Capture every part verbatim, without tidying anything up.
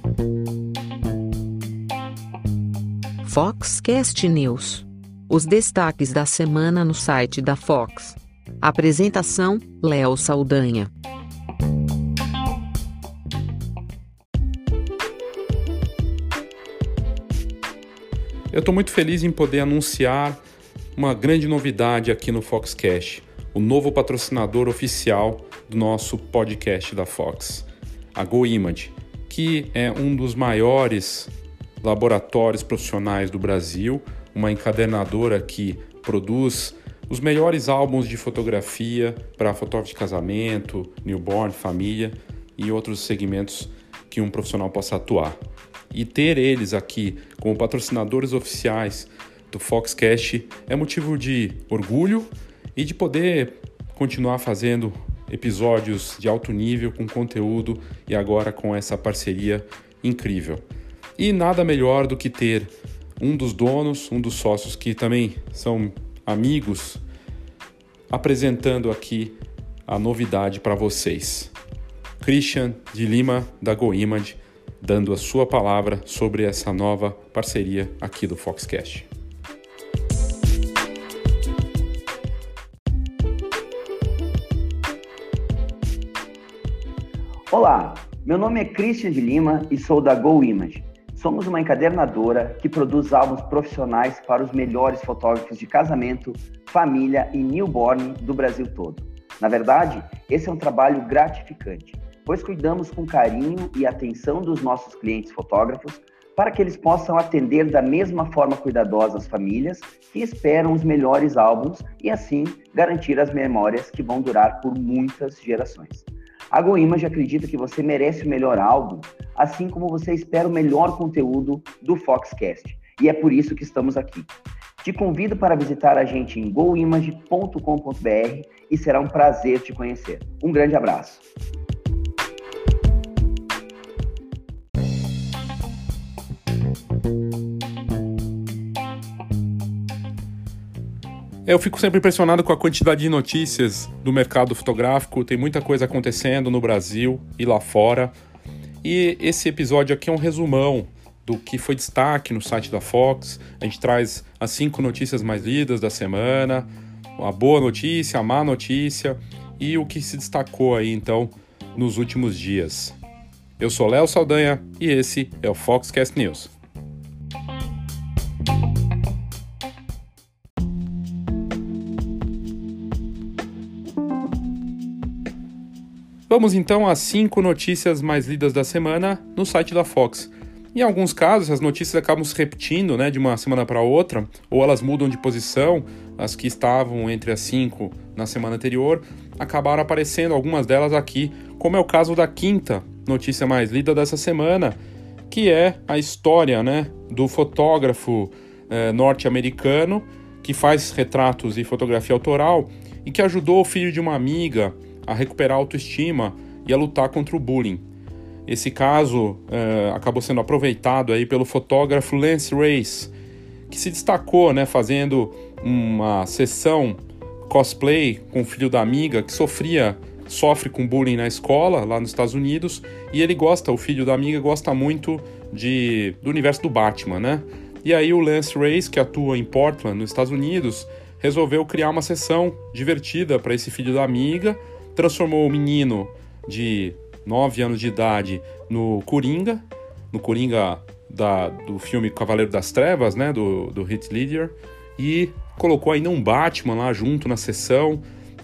Foxcast News. Os destaques da semana no site da Fox. Apresentação: Léo Saldanha. Eu estou muito feliz em poder anunciar uma grande novidade aqui no Foxcast, o novo patrocinador oficial do nosso podcast da Fox, a GoImage, que é um dos maiores laboratórios profissionais do Brasil, uma encadernadora que produz os melhores álbuns de fotografia para fotógrafo de casamento, newborn, família e outros segmentos que um profissional possa atuar. E ter eles aqui como patrocinadores oficiais do Foxcast é motivo de orgulho e de poder continuar fazendo episódios de alto nível com conteúdo e agora com essa parceria incrível. E nada melhor do que ter um dos donos, um dos sócios que também são amigos, apresentando aqui a novidade para vocês. Christian de Lima, da GoImage, dando a sua palavra sobre essa nova parceria aqui do Foxcast. Olá, meu nome é Christian de Lima e sou da GoImage. Somos uma encadernadora que produz álbuns profissionais para os melhores fotógrafos de casamento, família e newborn do Brasil todo. Na verdade, esse é um trabalho gratificante, pois cuidamos com carinho e atenção dos nossos clientes fotógrafos para que eles possam atender da mesma forma cuidadosa as famílias que esperam os melhores álbuns e assim garantir as memórias que vão durar por muitas gerações. A GoImage acredita que você merece o melhor álbum, assim como você espera o melhor conteúdo do Foxcast, e é por isso que estamos aqui. Te convido para visitar a gente em goimage ponto com ponto b r e será um prazer te conhecer. Um grande abraço! Eu fico sempre impressionado com a quantidade de notícias do mercado fotográfico, tem muita coisa acontecendo no Brasil e lá fora. E esse episódio aqui é um resumão do que foi destaque no site da Fox. A gente traz as cinco notícias mais lidas da semana, a boa notícia, a má notícia e o que se destacou aí então nos últimos dias. Eu sou Léo Saldanha e esse é o Foxcast News. Vamos então às cinco notícias mais lidas da semana no site da Fox. Em alguns casos, as notícias acabam se repetindo, né, de uma semana para outra, ou elas mudam de posição. As que estavam entre as cinco na semana anterior acabaram aparecendo, algumas delas aqui, como é o caso da quinta notícia mais lida dessa semana, que é a história, né, do fotógrafo eh, norte-americano que faz retratos e fotografia autoral e que ajudou o filho de uma amiga a recuperar a autoestima e a lutar contra o bullying. Esse caso eh, acabou sendo aproveitado aí pelo fotógrafo Lance Reyes, que se destacou, né, fazendo uma sessão cosplay com o filho da amiga que sofria, sofre com bullying na escola, lá nos Estados Unidos, e ele gosta, o filho da amiga gosta muito de, do universo do Batman, né? E aí o Lance Reyes, que atua em Portland, nos Estados Unidos, resolveu criar uma sessão divertida para esse filho da amiga, transformou o menino de nove anos de idade no Coringa, no Coringa da, do filme Cavaleiro das Trevas, né, do, do Heath Ledger, e colocou ainda um Batman lá junto na sessão,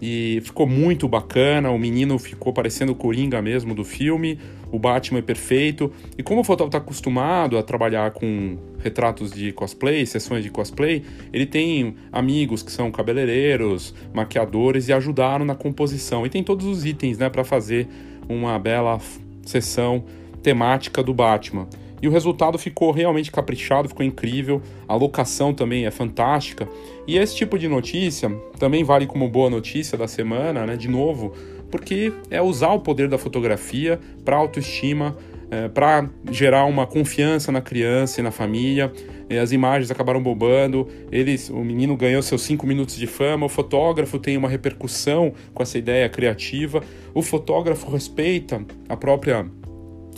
e ficou muito bacana, o menino ficou parecendo o Coringa mesmo do filme, o Batman é perfeito, e como o fotógrafo está acostumado a trabalhar com retratos de cosplay, sessões de cosplay, ele tem amigos que são cabeleireiros, maquiadores e ajudaram na composição, e tem todos os itens, né, para fazer uma bela sessão temática do Batman. E o resultado ficou realmente caprichado, ficou incrível, a locação também é fantástica. E esse tipo de notícia também vale como boa notícia da semana, né? De novo, porque é usar o poder da fotografia para autoestima, é, para gerar uma confiança na criança e na família. E as imagens acabaram bombando, eles, o menino ganhou seus cinco minutos de fama, o fotógrafo tem uma repercussão com essa ideia criativa, o fotógrafo respeita a própria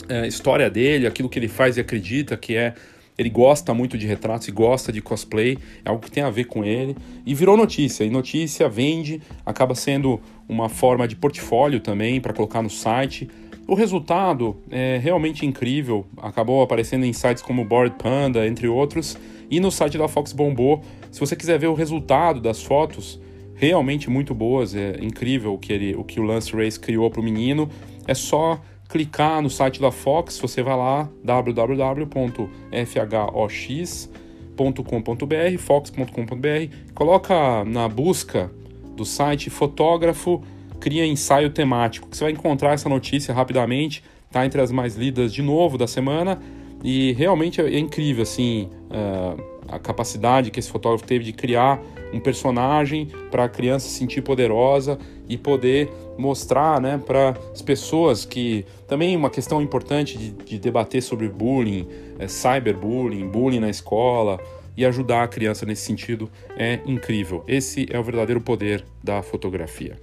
a história dele, aquilo que ele faz e acredita que é... Ele gosta muito de retratos e gosta de cosplay, é algo que tem a ver com ele. E virou notícia, e notícia vende, acaba sendo uma forma de portfólio também para colocar no site. O resultado é realmente incrível, acabou aparecendo em sites como Bored Panda, entre outros, e no site da Fox bombou. Se você quiser ver o resultado das fotos, realmente muito boas, é incrível o que, ele, o, que o Lance Race criou para o menino, é só... clicar no site da Fox, você vai lá, w w w ponto fox ponto com ponto b r, fox ponto com ponto b r, coloca na busca do site fotógrafo, cria ensaio temático, que você vai encontrar essa notícia rapidamente, tá entre as mais lidas de novo da semana, e realmente é incrível, assim, uh, a capacidade que esse fotógrafo teve de criar um personagem para a criança se sentir poderosa e poder mostrar, né, para as pessoas que também uma questão importante de, de debater sobre bullying, é, cyberbullying, bullying na escola e ajudar a criança nesse sentido é incrível. Esse é o verdadeiro poder da fotografia.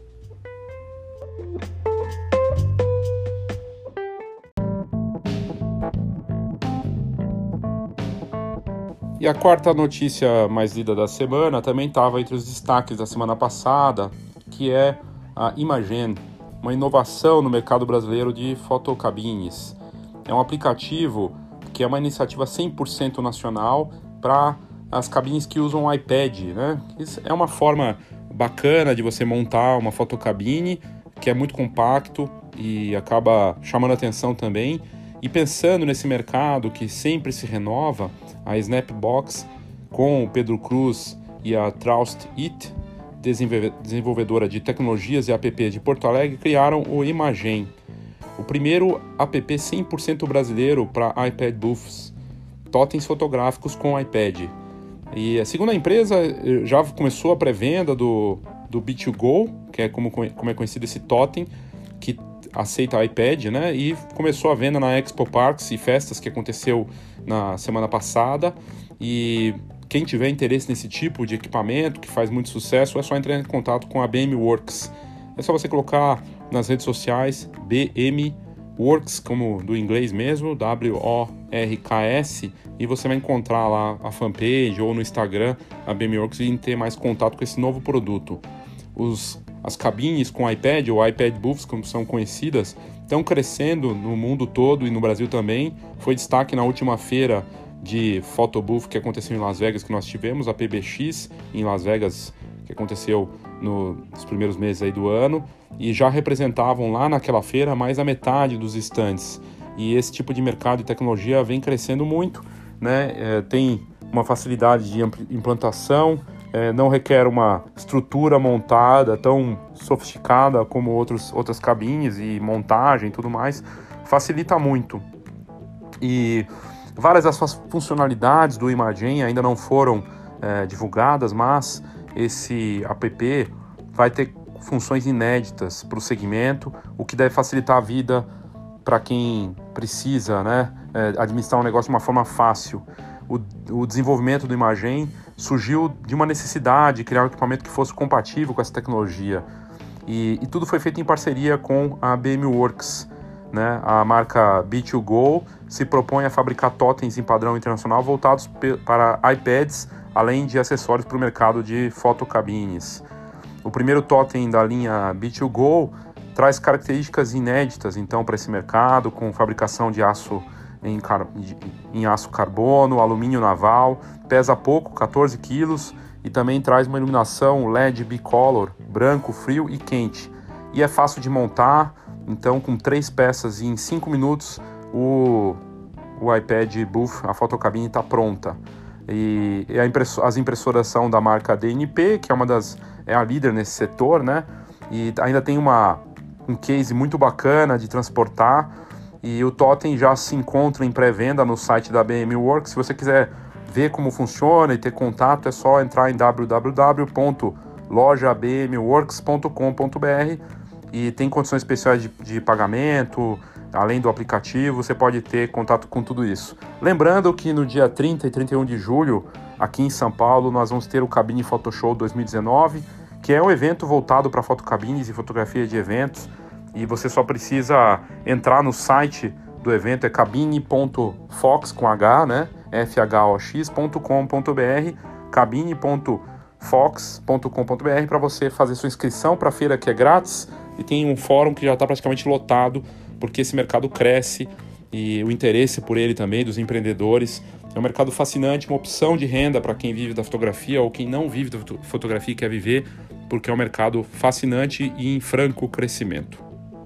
E a quarta notícia mais lida da semana também estava entre os destaques da semana passada, que é a Imagen, uma inovação no mercado brasileiro de fotocabines. É um aplicativo que é uma iniciativa cem por cento nacional para as cabines que usam iPad, né? Isso é uma forma bacana de você montar uma fotocabine que é muito compacto e acaba chamando atenção também. E pensando nesse mercado que sempre se renova, a Snapbox, com o Pedro Cruz e a Traust It, desenvolvedora de tecnologias e app de Porto Alegre, criaram o Imagen, o primeiro app cem por cento brasileiro para iPad Booths, totens fotográficos com iPad. E segundo a empresa, já começou a pré-venda do, do B dois Go, que é como, como é conhecido esse totem, que aceita iPad, né? E começou a venda na Expo Parks e Festas, que aconteceu na semana passada. E quem tiver interesse nesse tipo de equipamento, que faz muito sucesso, é só entrar em contato com a B M Works. É só você colocar nas redes sociais B M Works, como do inglês mesmo, W O R K S, e você vai encontrar lá a fanpage ou no Instagram a B M Works e ter mais contato com esse novo produto. Os As cabines com iPad, ou iPad Booths, como são conhecidas, estão crescendo no mundo todo e no Brasil também. Foi destaque na última feira de Photobooth que aconteceu em Las Vegas, que nós tivemos, a P B X em Las Vegas, que aconteceu no, nos primeiros meses aí do ano, e já representavam lá naquela feira mais da metade dos estandes. E esse tipo de mercado e tecnologia vem crescendo muito, né? É, tem uma facilidade de implantação, É, não requer uma estrutura montada tão sofisticada como outros, outras cabines e montagem e tudo mais, facilita muito. E várias das funcionalidades do Imagen ainda não foram é, divulgadas, mas esse app vai ter funções inéditas para o segmento, o que deve facilitar a vida para quem precisa, né, é, administrar um negócio de uma forma fácil. O, o desenvolvimento do Imagen surgiu de uma necessidade de criar um equipamento que fosse compatível com essa tecnologia. E, e tudo foi feito em parceria com a B M Works, né? A marca B dois Go se propõe a fabricar totens em padrão internacional voltados pe- para iPads, além de acessórios para o mercado de fotocabines. O primeiro totem da linha B dois Go traz características inéditas então para esse mercado, com fabricação de aço Em, car- em aço carbono, alumínio naval, pesa pouco, quatorze quilos, e também traz uma iluminação L E D bicolor, branco, frio e quente. E é fácil de montar, então com três peças e em cinco minutos o, o iPad Booth, a fotocabine está pronta. E, e a impresso- as impressoras são da marca D N P, que é uma das é a líder nesse setor, né? E ainda tem uma, um case muito bacana de transportar. E o totem já se encontra em pré-venda no site da B M Works. Se você quiser ver como funciona e ter contato, é só entrar em w w w ponto loja b m works ponto com ponto b r e tem condições especiais de, de pagamento, além do aplicativo, você pode ter contato com tudo isso. Lembrando que no dia trinta e trinta e um de julho, aqui em São Paulo, nós vamos ter o Cabine Photoshow dois mil e dezenove, que é um evento voltado para fotocabines e fotografia de eventos. E você só precisa entrar no site do evento é cabine ponto fox com H, né? F H O X ponto com ponto B R, cabine ponto fox ponto com ponto B R para você fazer sua inscrição para a feira, que é grátis, e tem um fórum que já está praticamente lotado, porque esse mercado cresce e o interesse por ele também dos empreendedores. É um mercado fascinante, uma opção de renda para quem vive da fotografia ou quem não vive da fotografia e quer viver, porque é um mercado fascinante e em franco crescimento.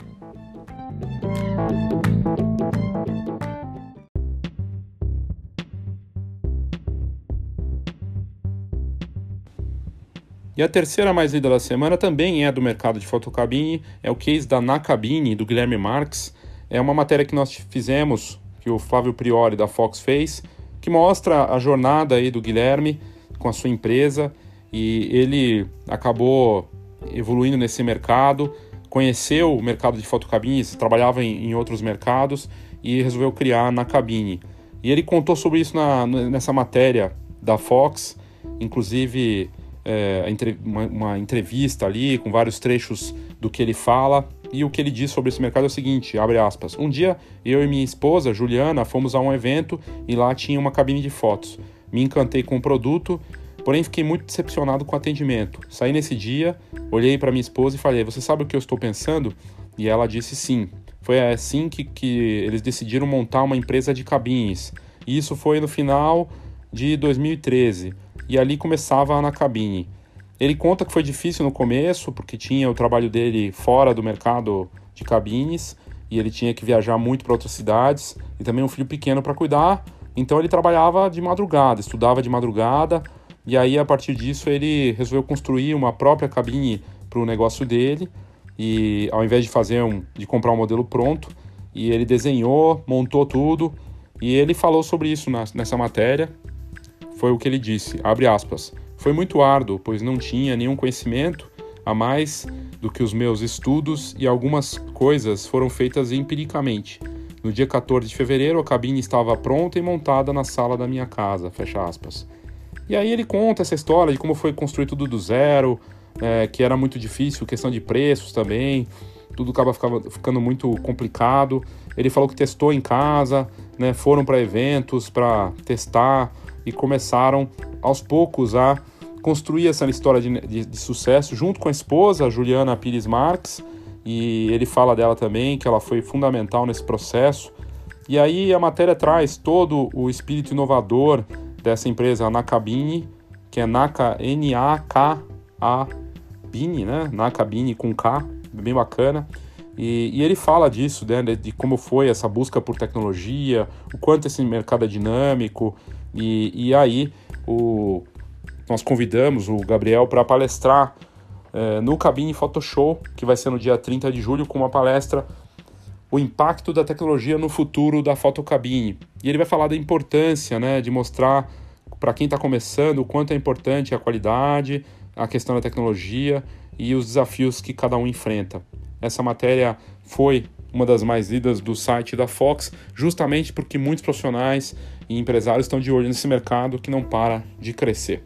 E a terceira mais lida da semana também é do mercado de fotocabine, é o case da Nacabine, do Guilherme Marques. É uma matéria que nós fizemos, que o Flávio Priori da Fox fez, que mostra a jornada aí do Guilherme com a sua empresa, e ele acabou evoluindo nesse mercado, conheceu o mercado de fotocabines, trabalhava em, em outros mercados e resolveu criar a Nacabine. E ele contou sobre isso na, nessa matéria da Fox, inclusive é, uma, uma entrevista ali com vários trechos do que ele fala. E o que ele diz sobre esse mercado é o seguinte, abre aspas: um dia eu e minha esposa, Juliana, fomos a um evento e lá tinha uma cabine de fotos. Me encantei com o produto, porém fiquei muito decepcionado com o atendimento. Saí nesse dia, olhei para minha esposa e falei: você sabe o que eu estou pensando? E ela disse sim. Foi assim que, que eles decidiram montar uma empresa de cabines. E isso foi no final de dois mil e treze. E ali começava a Nacabine. Ele conta que foi difícil no começo, porque tinha o trabalho dele fora do mercado de cabines, e ele tinha que viajar muito para outras cidades, e também um filho pequeno para cuidar, então ele trabalhava de madrugada, estudava de madrugada, e aí a partir disso ele resolveu construir uma própria cabine para o negócio dele, e ao invés de fazer um, de comprar um modelo pronto, e ele desenhou, montou tudo, e ele falou sobre isso na, nessa matéria. Foi o que ele disse, abre aspas: foi muito árduo, pois não tinha nenhum conhecimento a mais do que os meus estudos e algumas coisas foram feitas empiricamente. No dia quatorze de fevereiro, a cabine estava pronta e montada na sala da minha casa, fecha aspas. E aí ele conta essa história de como foi construir tudo do zero, é, que era muito difícil, questão de preços também, tudo acaba ficando muito complicado. Ele falou que testou em casa, né, foram para eventos para testar e começaram aos poucos a construir essa história de, de, de sucesso junto com a esposa, Juliana Pires Marques, e ele fala dela também, que ela foi fundamental nesse processo. E aí a matéria traz todo o espírito inovador dessa empresa, a Nacabine, que é Naka, N A K A Bine, né? Nacabine com K, bem bacana. E, e ele fala disso, né? de, de como foi essa busca por tecnologia, o quanto esse mercado é dinâmico, e, e aí o... nós convidamos o Gabriel para palestrar eh, no Cabine Photoshow, que vai ser no dia trinta de julho, com uma palestra, o impacto da tecnologia no futuro da fotocabine. E ele vai falar da importância, né, de mostrar para quem está começando o quanto é importante a qualidade, a questão da tecnologia e os desafios que cada um enfrenta. Essa matéria foi uma das mais lidas do site da Fox, justamente porque muitos profissionais e empresários estão de olho nesse mercado que não para de crescer.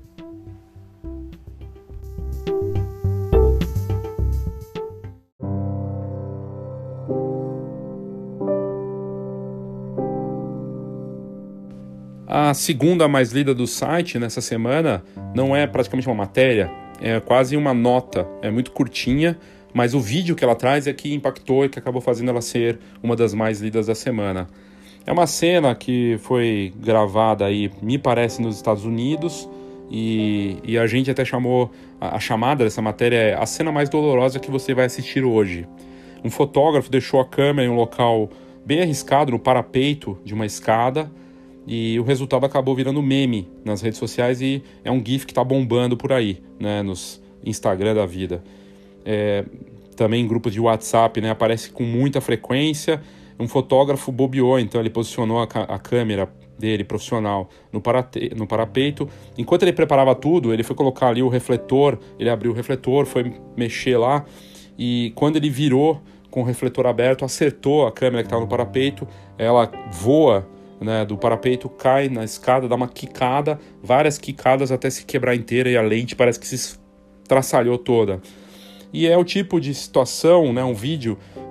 A segunda mais lida do site nessa semana não é praticamente uma matéria, é quase uma nota, é muito curtinha, mas o vídeo que ela traz é que impactou e que acabou fazendo ela ser uma das mais lidas da semana. É uma cena que foi gravada aí, me parece, nos Estados Unidos, e, e a gente até chamou, a, a chamada dessa matéria é a cena mais dolorosa que você vai assistir hoje. Um fotógrafo deixou a câmera em um local bem arriscado, no parapeito de uma escada, e o resultado acabou virando meme nas redes sociais, e é um gif que está bombando por aí, né, nos Instagram da vida. É, também em grupos de WhatsApp, né, aparece com muita frequência. Um fotógrafo bobeou, então ele posicionou a, a câmera dele profissional no, parate, no parapeito. Enquanto ele preparava tudo, ele foi colocar ali o refletor, ele abriu o refletor, foi mexer lá, e quando ele virou com o refletor aberto, acertou a câmera que estava no parapeito, ela voa, né, do parapeito, cai na escada, dá uma quicada, várias quicadas até se quebrar inteira, e a lente parece que se estraçalhou toda. E é o tipo de situação, né, um vídeo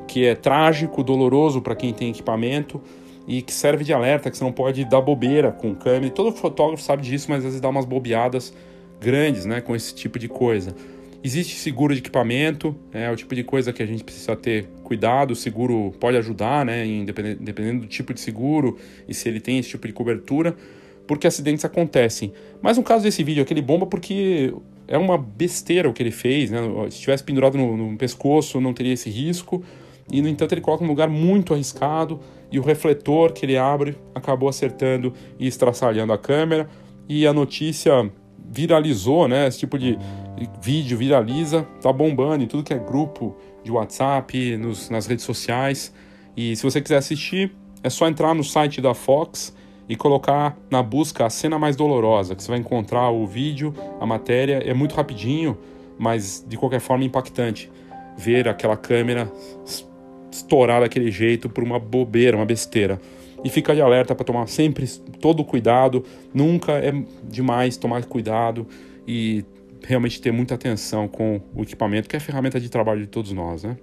que é trágico, doloroso para quem tem equipamento e que serve de alerta, que você não pode dar bobeira com câmera. Todo fotógrafo sabe disso, mas às vezes dá umas bobeadas grandes, né, com esse tipo de coisa. Existe seguro de equipamento, é o tipo de coisa que a gente precisa ter cuidado. O seguro pode ajudar, né, independendo, dependendo do tipo de seguro e se ele tem esse tipo de cobertura, porque acidentes acontecem. Mas no caso desse vídeo aqui, ele bomba porque é uma besteira o que ele fez, né? Se tivesse pendurado no, no pescoço, não teria esse risco. E, no entanto, ele coloca num lugar muito arriscado e o refletor que ele abre acabou acertando e estraçalhando a câmera. E a notícia viralizou, né? Esse tipo de vídeo viraliza, tá bombando em tudo que é grupo de WhatsApp, nos, nas redes sociais. E se você quiser assistir, é só entrar no site da Fox e colocar na busca a cena mais dolorosa, que você vai encontrar o vídeo, a matéria. É muito rapidinho, mas de qualquer forma impactante ver aquela câmera estourar daquele jeito por uma bobeira, uma besteira. E fica de alerta para tomar sempre todo o cuidado. Nunca é demais tomar cuidado e realmente ter muita atenção com o equipamento, que é a ferramenta de trabalho de todos nós, né?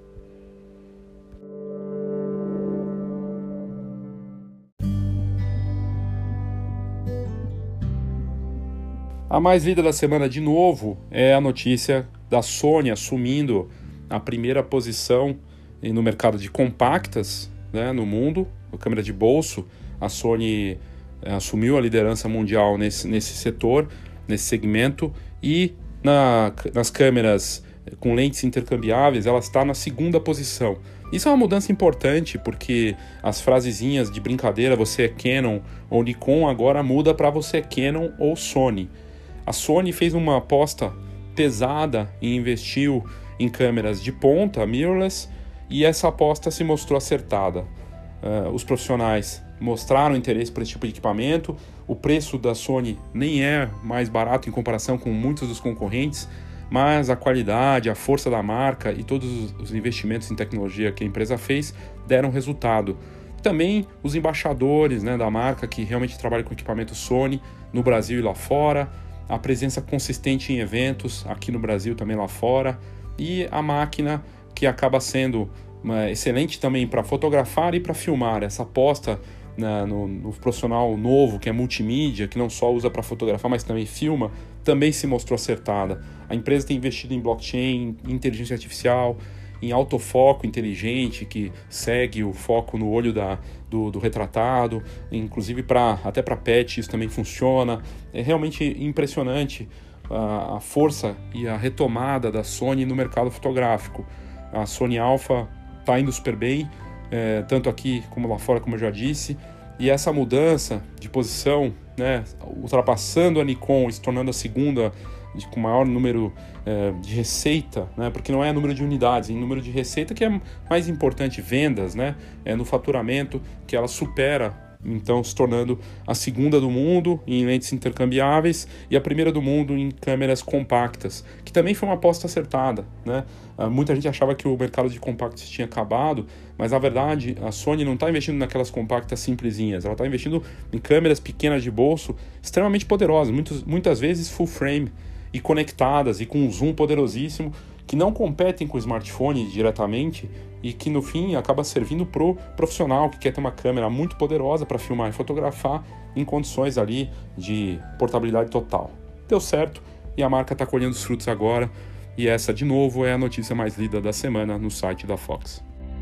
A mais lida da semana, de novo, é a notícia da Sony assumindo a primeira posição no mercado de compactas, né, no mundo, a câmera de bolso. A Sony é, assumiu a liderança mundial nesse, nesse setor, nesse segmento, e na, nas câmeras com lentes intercambiáveis ela está na segunda posição. Isso é uma mudança importante, porque as frasezinhas de brincadeira, você é Canon ou Nikon, agora muda para você é Canon ou Sony. A Sony fez uma aposta pesada e investiu em câmeras de ponta, mirrorless, e essa aposta se mostrou acertada. Uh, os profissionais mostraram interesse por esse tipo de equipamento. O preço da Sony nem é mais barato em comparação com muitos dos concorrentes, mas a qualidade, a força da marca e todos os investimentos em tecnologia que a empresa fez deram resultado. Também os embaixadores, né, da marca, que realmente trabalham com equipamento Sony no Brasil e lá fora, a presença consistente em eventos aqui no Brasil, também lá fora, e a máquina que acaba sendo uma, excelente também para fotografar e para filmar. Essa aposta, né, no, no profissional novo, que é multimídia, que não só usa para fotografar, mas também filma, também se mostrou acertada. A empresa tem investido em blockchain, em inteligência artificial, em autofoco inteligente, que segue o foco no olho da, do, do retratado, inclusive pra, até para pet isso também funciona. É realmente impressionante a, a força e a retomada da Sony no mercado fotográfico. A Sony Alpha está indo super bem, é, tanto aqui como lá fora, como eu já disse, e essa mudança de posição, né, ultrapassando a Nikon e se tornando a segunda de, com maior número é, de receita, né, porque não é número de unidades, é número de receita que é mais importante, vendas, né, é no faturamento que ela supera, então se tornando a segunda do mundo em lentes intercambiáveis e a primeira do mundo em câmeras compactas, que também foi uma aposta acertada, né? Muita gente achava que o mercado de compactos tinha acabado, mas na verdade a Sony não está investindo naquelas compactas simplesinhas, ela está investindo em câmeras pequenas de bolso extremamente poderosas, muitas, muitas vezes full frame e conectadas e com um zoom poderosíssimo, que não competem com o smartphone diretamente e que no fim acaba servindo pro profissional que quer ter uma câmera muito poderosa para filmar e fotografar em condições ali de portabilidade total. Deu certo e a marca está colhendo os frutos agora, e essa de novo é a notícia mais lida da semana no site da Fox.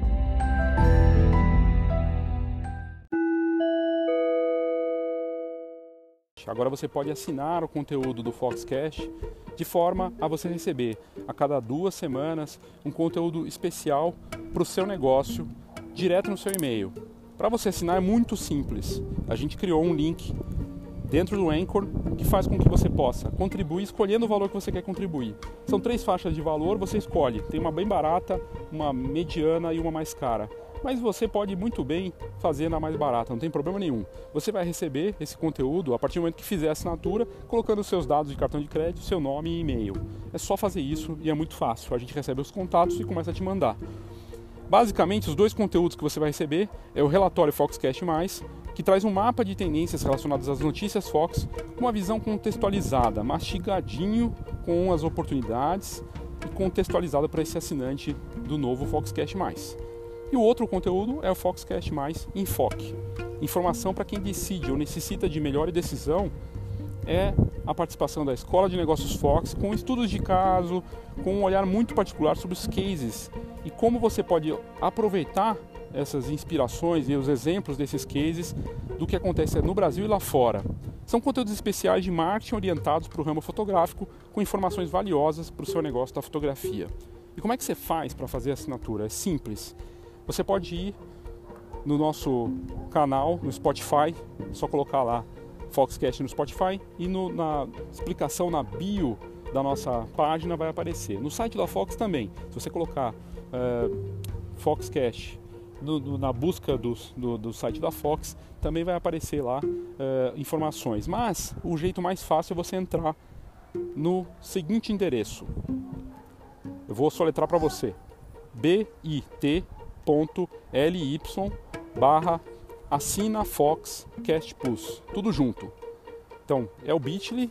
Agora você pode assinar o conteúdo do Foxcast de forma a você receber a cada duas semanas um conteúdo especial para o seu negócio direto no seu e-mail. Para você assinar é muito simples. A gente criou um link dentro do Anchor que faz com que você possa contribuir escolhendo o valor que você quer contribuir. São três faixas de valor, você escolhe. Tem uma bem barata, uma mediana e uma mais cara. Mas você pode muito bem fazer na mais barata, não tem problema nenhum. Você vai receber esse conteúdo a partir do momento que fizer a assinatura, colocando os seus dados de cartão de crédito, seu nome e e-mail. É só fazer isso e é muito fácil. A gente recebe os contatos e começa a te mandar. Basicamente, os dois conteúdos que você vai receber é o relatório Foxcast Mais, que traz um mapa de tendências relacionadas às notícias Fox, com uma visão contextualizada, mastigadinho com as oportunidades e contextualizada para esse assinante do novo Foxcast Mais. E o outro conteúdo é o Foxcast Mais Enfoque. Informação para quem decide ou necessita de melhor decisão é a participação da Escola de Negócios Fox com estudos de caso, com um olhar muito particular sobre os cases e como você pode aproveitar essas inspirações e os exemplos desses cases do que acontece no Brasil e lá fora. São conteúdos especiais de marketing orientados para o ramo fotográfico com informações valiosas para o seu negócio da fotografia. E como é que você faz para fazer a assinatura? É simples. Você pode ir no nosso canal, no Spotify, é só colocar lá Foxcast no Spotify e no, na explicação na bio da nossa página vai aparecer. No site da Fox também, se você colocar uh, Foxcast no, no, na busca do, do, do site da Fox, também vai aparecer lá uh, informações. Mas o jeito mais fácil é você entrar no seguinte endereço. Eu vou soletrar para você. bit.ly barra assina Foxcast Plus, tudo junto. Então, é o bit.ly,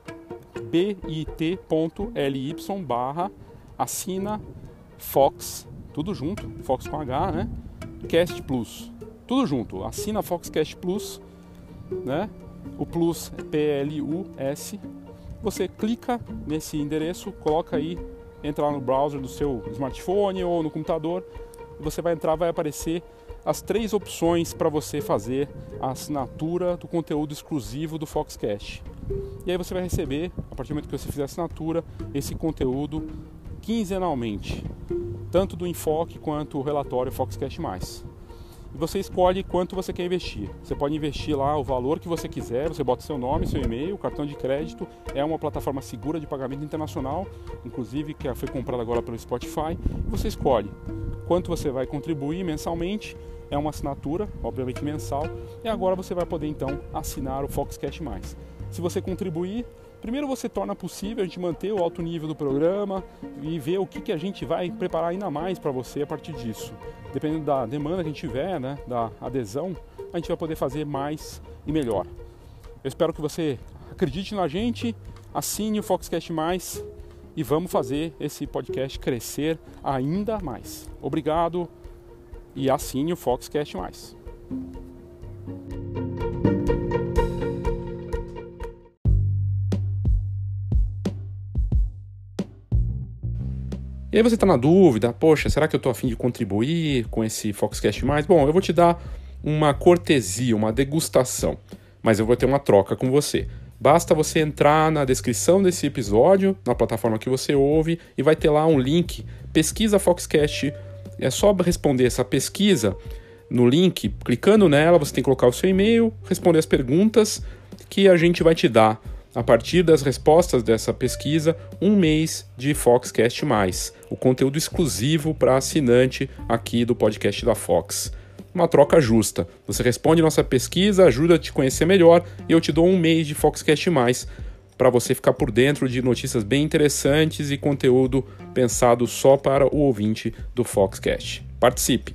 bit.ly barra assina Fox, tudo junto, Fox com H, né? Cast Plus, tudo junto, assina Foxcast Plus, né? O Plus é P L U S. Você clica nesse endereço, coloca aí, entra lá no browser do seu smartphone ou no computador, e você vai entrar, vai aparecer as três opções para você fazer a assinatura do conteúdo exclusivo do Foxcast. E aí você vai receber, a partir do momento que você fizer a assinatura, esse conteúdo quinzenalmente, tanto do enfoque quanto o relatório Foxcast Mais. E você escolhe quanto você quer investir. Você pode investir lá o valor que você quiser, você bota seu nome, seu e-mail, cartão de crédito. É uma plataforma segura de pagamento internacional, inclusive que foi comprada agora pelo Spotify. E você escolhe quanto você vai contribuir mensalmente. É uma assinatura, obviamente mensal. E agora você vai poder então assinar o Foxcast Mais. Se você contribuir, primeiro você torna possível a gente manter o alto nível do programa e ver o que, que a gente vai preparar ainda mais para você a partir disso. Dependendo da demanda que a gente tiver, né, da adesão, a gente vai poder fazer mais e melhor. Eu espero que você acredite na gente, assine o Foxcast Mais e vamos fazer esse podcast crescer ainda mais. Obrigado e assine o Foxcast Mais. E aí você está na dúvida, poxa, será que eu estou a fim de contribuir com esse Foxcast Mais? Bom, eu vou te dar uma cortesia, uma degustação, mas eu vou ter uma troca com você. Basta você entrar na descrição desse episódio, na plataforma que você ouve, e vai ter lá um link, pesquisa Foxcast. É só responder essa pesquisa no link, clicando nela, você tem que colocar o seu e-mail, responder as perguntas que a gente vai te dar. A partir das respostas dessa pesquisa, um mês de Foxcast Mais, o conteúdo exclusivo para assinante aqui do podcast da Fox. Uma troca justa. Você responde nossa pesquisa, ajuda a te conhecer melhor e eu te dou um mês de Foxcast Mais para você ficar por dentro de notícias bem interessantes e conteúdo pensado só para o ouvinte do Foxcast. Participe!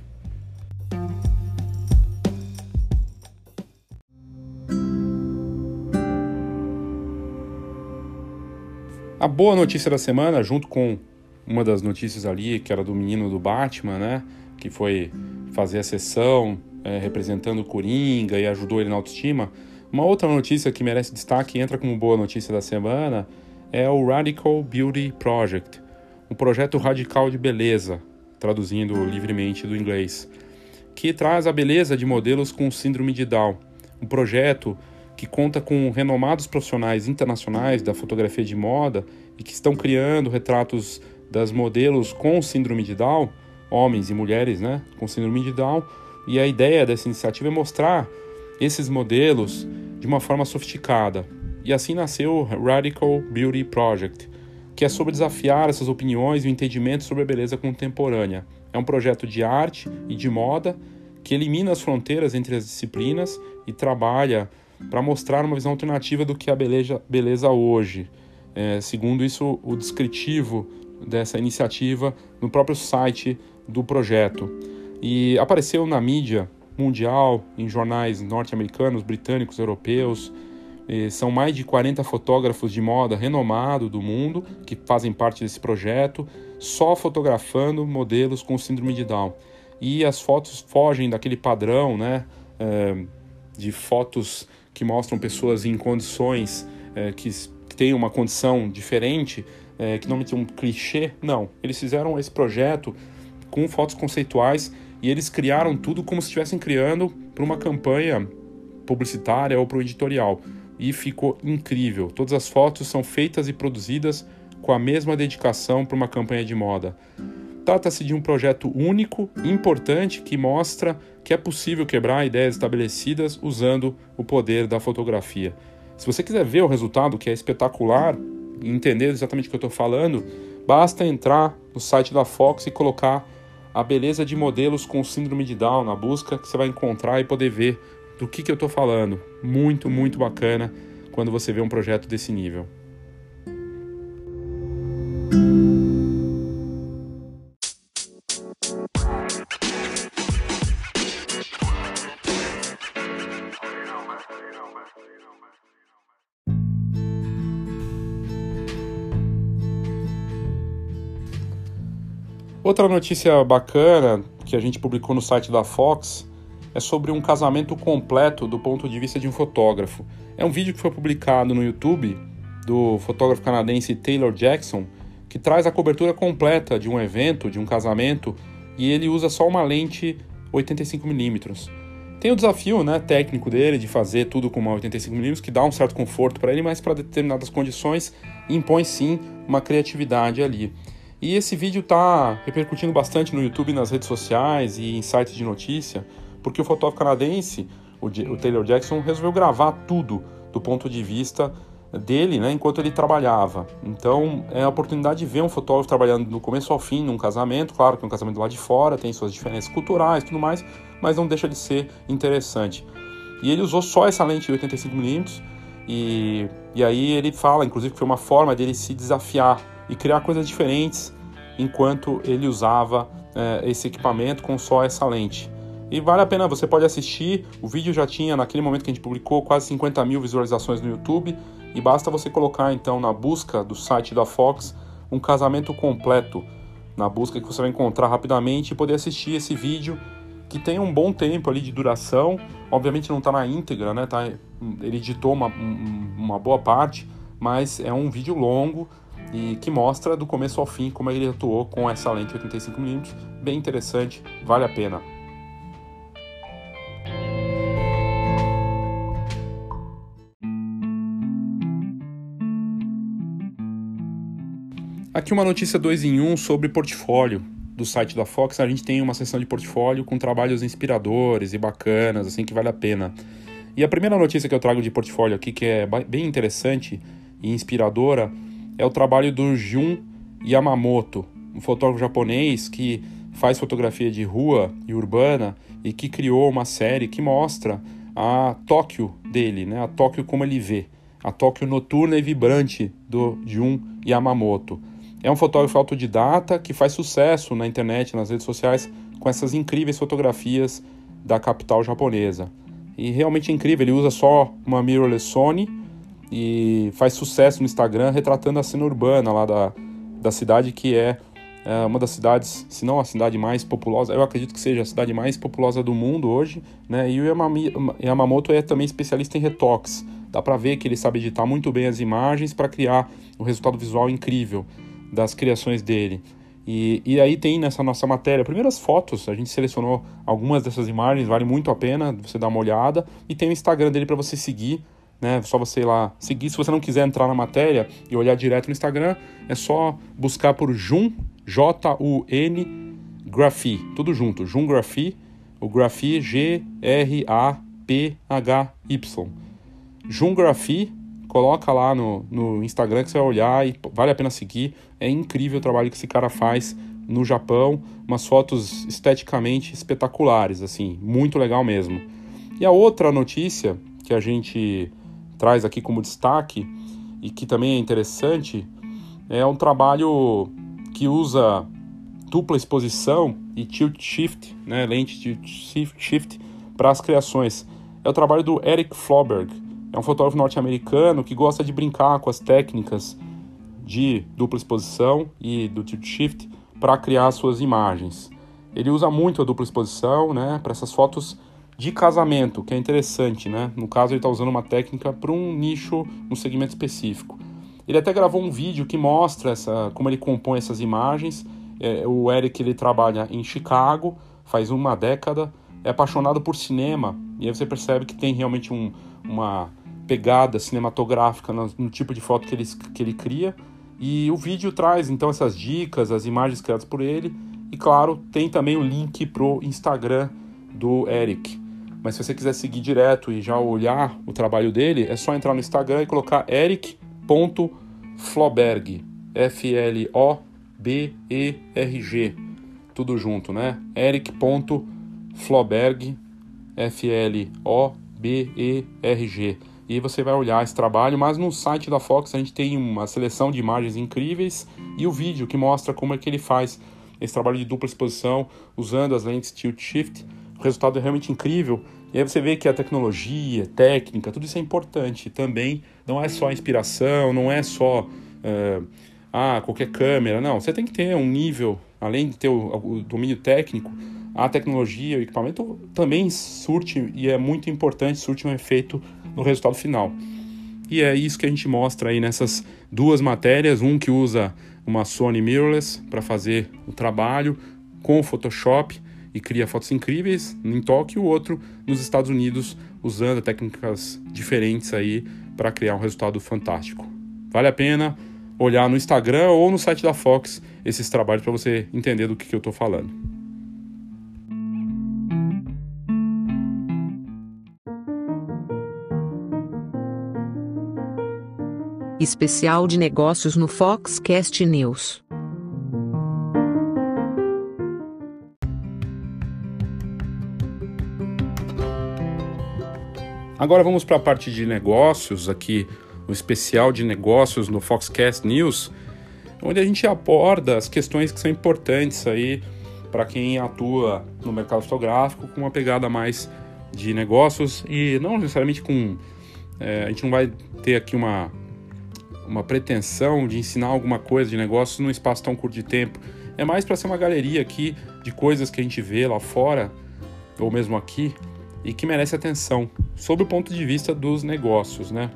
A boa notícia da semana, junto com uma das notícias ali, que era do menino do Batman, né? Que foi fazer a sessão é, representando o Coringa e ajudou ele na autoestima. Uma outra notícia que merece destaque e entra como boa notícia da semana é o Radical Beauty Project, um projeto radical de beleza, traduzindo livremente do inglês, que traz a beleza de modelos com síndrome de Down. Um projeto que conta com renomados profissionais internacionais da fotografia de moda e que estão criando retratos das modelos com síndrome de Down, homens e mulheres, né, com síndrome de Down, e a ideia dessa iniciativa é mostrar esses modelos de uma forma sofisticada. E assim nasceu o Radical Beauty Project, que é sobre desafiar essas opiniões e o entendimento sobre a beleza contemporânea. É um projeto de arte e de moda que elimina as fronteiras entre as disciplinas e trabalha para mostrar uma visão alternativa do que é a beleza, beleza hoje. É, segundo isso, o descritivo dessa iniciativa no próprio site do projeto. E apareceu na mídia mundial, em jornais norte-americanos, britânicos, europeus. E são mais de quarenta fotógrafos de moda renomados do mundo que fazem parte desse projeto, só fotografando modelos com síndrome de Down. e as fotos fogem daquele padrão, né, é, de fotos que mostram pessoas em condições é, que, que têm uma condição diferente, é, que não metem um clichê. Não, eles fizeram esse projeto com fotos conceituais e eles criaram tudo como se estivessem criando para uma campanha publicitária ou para o editorial. E ficou incrível. Todas as fotos são feitas e produzidas com a mesma dedicação para uma campanha de moda. Trata-se de um projeto único, importante, que mostra que é possível quebrar ideias estabelecidas usando o poder da fotografia. Se você quiser ver o resultado, que é espetacular, e entender exatamente o que eu estou falando, basta entrar no site da Fox e colocar a beleza de modelos com síndrome de Down na busca, que você vai encontrar e poder ver do que, que eu estou falando. Muito, muito bacana quando você vê um projeto desse nível. Outra notícia bacana que a gente publicou no site da Fox é sobre um casamento completo do ponto de vista de um fotógrafo. É um vídeo que foi publicado no YouTube do fotógrafo canadense Taylor Jackson, que traz a cobertura completa de um evento, de um casamento, e ele usa só uma lente oitenta e cinco milímetros. Tem o desafio, né, técnico dele de fazer tudo com uma oitenta e cinco milímetros, que dá um certo conforto para ele, mas para determinadas condições impõe sim uma criatividade ali. E esse vídeo está repercutindo bastante no YouTube, nas redes sociais e em sites de notícia, porque o fotógrafo canadense, o, o Taylor Jackson, resolveu gravar tudo do ponto de vista dele, né, enquanto ele trabalhava. Então é a oportunidade de ver um fotógrafo trabalhando do começo ao fim num casamento. Claro que é um casamento lá de fora, tem suas diferenças culturais e tudo mais, mas não deixa de ser interessante. E ele usou só essa lente de oitenta e cinco milímetros e, e aí ele fala, inclusive, que foi uma forma dele se desafiar e criar coisas diferentes enquanto ele usava é, esse equipamento com só essa lente. E vale a pena, você pode assistir. O vídeo já tinha, naquele momento que a gente publicou, quase cinquenta mil visualizações no YouTube, e basta você colocar então na busca do site da Fox um casamento completo, na busca que você vai encontrar rapidamente e poder assistir esse vídeo, que tem um bom tempo ali de duração. Obviamente não está na íntegra, né? Tá, ele editou uma, uma boa parte, mas é um vídeo longo e que mostra do começo ao fim como ele atuou com essa lente oitenta e cinco milímetros, bem interessante, vale a pena. Aqui uma notícia dois em um sobre portfólio do site da Fox. A gente tem uma seção de portfólio com trabalhos inspiradores e bacanas, assim, que vale a pena. E a primeira notícia que eu trago de portfólio aqui, que é bem interessante e inspiradora, é o trabalho do Jun Yamamoto, um fotógrafo japonês que faz fotografia de rua e urbana e que criou uma série que mostra a Tóquio dele, né? A Tóquio como ele vê, a Tóquio noturna e vibrante do Jun Yamamoto. É um fotógrafo autodidata que faz sucesso na internet, nas redes sociais, com essas incríveis fotografias da capital japonesa. E realmente é incrível, ele usa só uma mirrorless Sony e faz sucesso no Instagram retratando a cena urbana lá da, da cidade, que é, é uma das cidades, se não a cidade mais populosa, eu acredito que seja a cidade mais populosa do mundo hoje, né? E o Yamamoto é também especialista em retoques. Dá para ver que ele sabe editar muito bem as imagens para criar um resultado visual incrível das criações dele. E, e aí tem nessa nossa matéria, primeiras fotos, a gente selecionou algumas dessas imagens, vale muito a pena você dar uma olhada, e tem o Instagram dele para você seguir, né? Só você ir lá seguir. Se você não quiser entrar na matéria e olhar direto no Instagram, é só buscar por Jun, J U N Graphy, tudo junto, Jun Graphy, o Graphy G R A P H Y. Jun Graphy, coloca lá no, no Instagram que você vai olhar e vale a pena seguir. É incrível o trabalho que esse cara faz no Japão, umas fotos esteticamente espetaculares, assim, muito legal mesmo. E a outra notícia que a gente traz aqui como destaque e que também é interessante é um trabalho que usa dupla exposição e tilt shift, né, lente tilt shift para as criações. É o trabalho do Eric Floberg. É um fotógrafo norte-americano que gosta de brincar com as técnicas de dupla exposição e do tilt shift para criar suas imagens. Ele usa muito a dupla exposição, né, para essas fotos de casamento, que é interessante, né? No caso, ele está usando uma técnica para um nicho, um segmento específico. Ele até gravou um vídeo que mostra essa, como ele compõe essas imagens. É, o Eric, ele trabalha em Chicago, faz uma década, é apaixonado por cinema, e aí você percebe que tem realmente um, uma pegada cinematográfica no, no tipo de foto que ele, que ele cria. E o vídeo traz, então, essas dicas, as imagens criadas por ele. E, claro, tem também o link pro Instagram do Eric. Mas se você quiser seguir direto e já olhar o trabalho dele, é só entrar no Instagram e colocar eric ponto floberg, F L O B E R G, tudo junto, né? eric ponto floberg, F L O B E R G. E você vai olhar esse trabalho, mas no site da Fox a gente tem uma seleção de imagens incríveis e o vídeo que mostra como é que ele faz esse trabalho de dupla exposição usando as lentes Tilt Shift. O resultado é realmente incrível. E aí você vê que a tecnologia, técnica, tudo isso é importante também. Não é só a inspiração, não é só uh, ah, qualquer câmera. Não, você tem que ter um nível, além de ter o, o domínio técnico, a tecnologia, o equipamento também surte, e é muito importante, surte um efeito no resultado final. E é isso que a gente mostra aí nessas duas matérias. Um que usa uma Sony mirrorless para fazer o trabalho com o Photoshop e cria fotos incríveis em Tóquio, o outro nos Estados Unidos usando técnicas diferentes aí para criar um resultado fantástico. Vale a pena olhar no Instagram ou no site da Fox esses trabalhos para você entender do que, que eu estou falando. Especial de negócios no Foxcast News. Agora vamos para a parte de negócios, aqui o especial de negócios no Foxcast News, onde a gente aborda as questões que são importantes aí para quem atua no mercado fotográfico com uma pegada mais de negócios e não necessariamente com... É, a gente não vai ter aqui uma, uma pretensão de ensinar alguma coisa de negócios num espaço tão curto de tempo. É mais para ser uma galeria aqui de coisas que a gente vê lá fora, ou mesmo aqui, e que merece atenção, sob o ponto de vista dos negócios, né?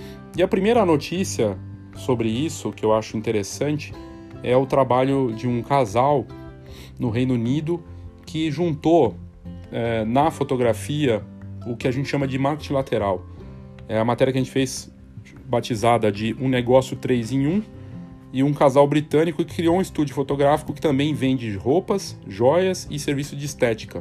E a primeira notícia sobre isso, que eu acho interessante, é o trabalho de um casal no Reino Unido que juntou é, na fotografia o que a gente chama de marketing lateral. É a matéria que a gente fez batizada de Um Negócio três em um, e um casal britânico que criou um estúdio fotográfico que também vende roupas, joias e serviço de estética.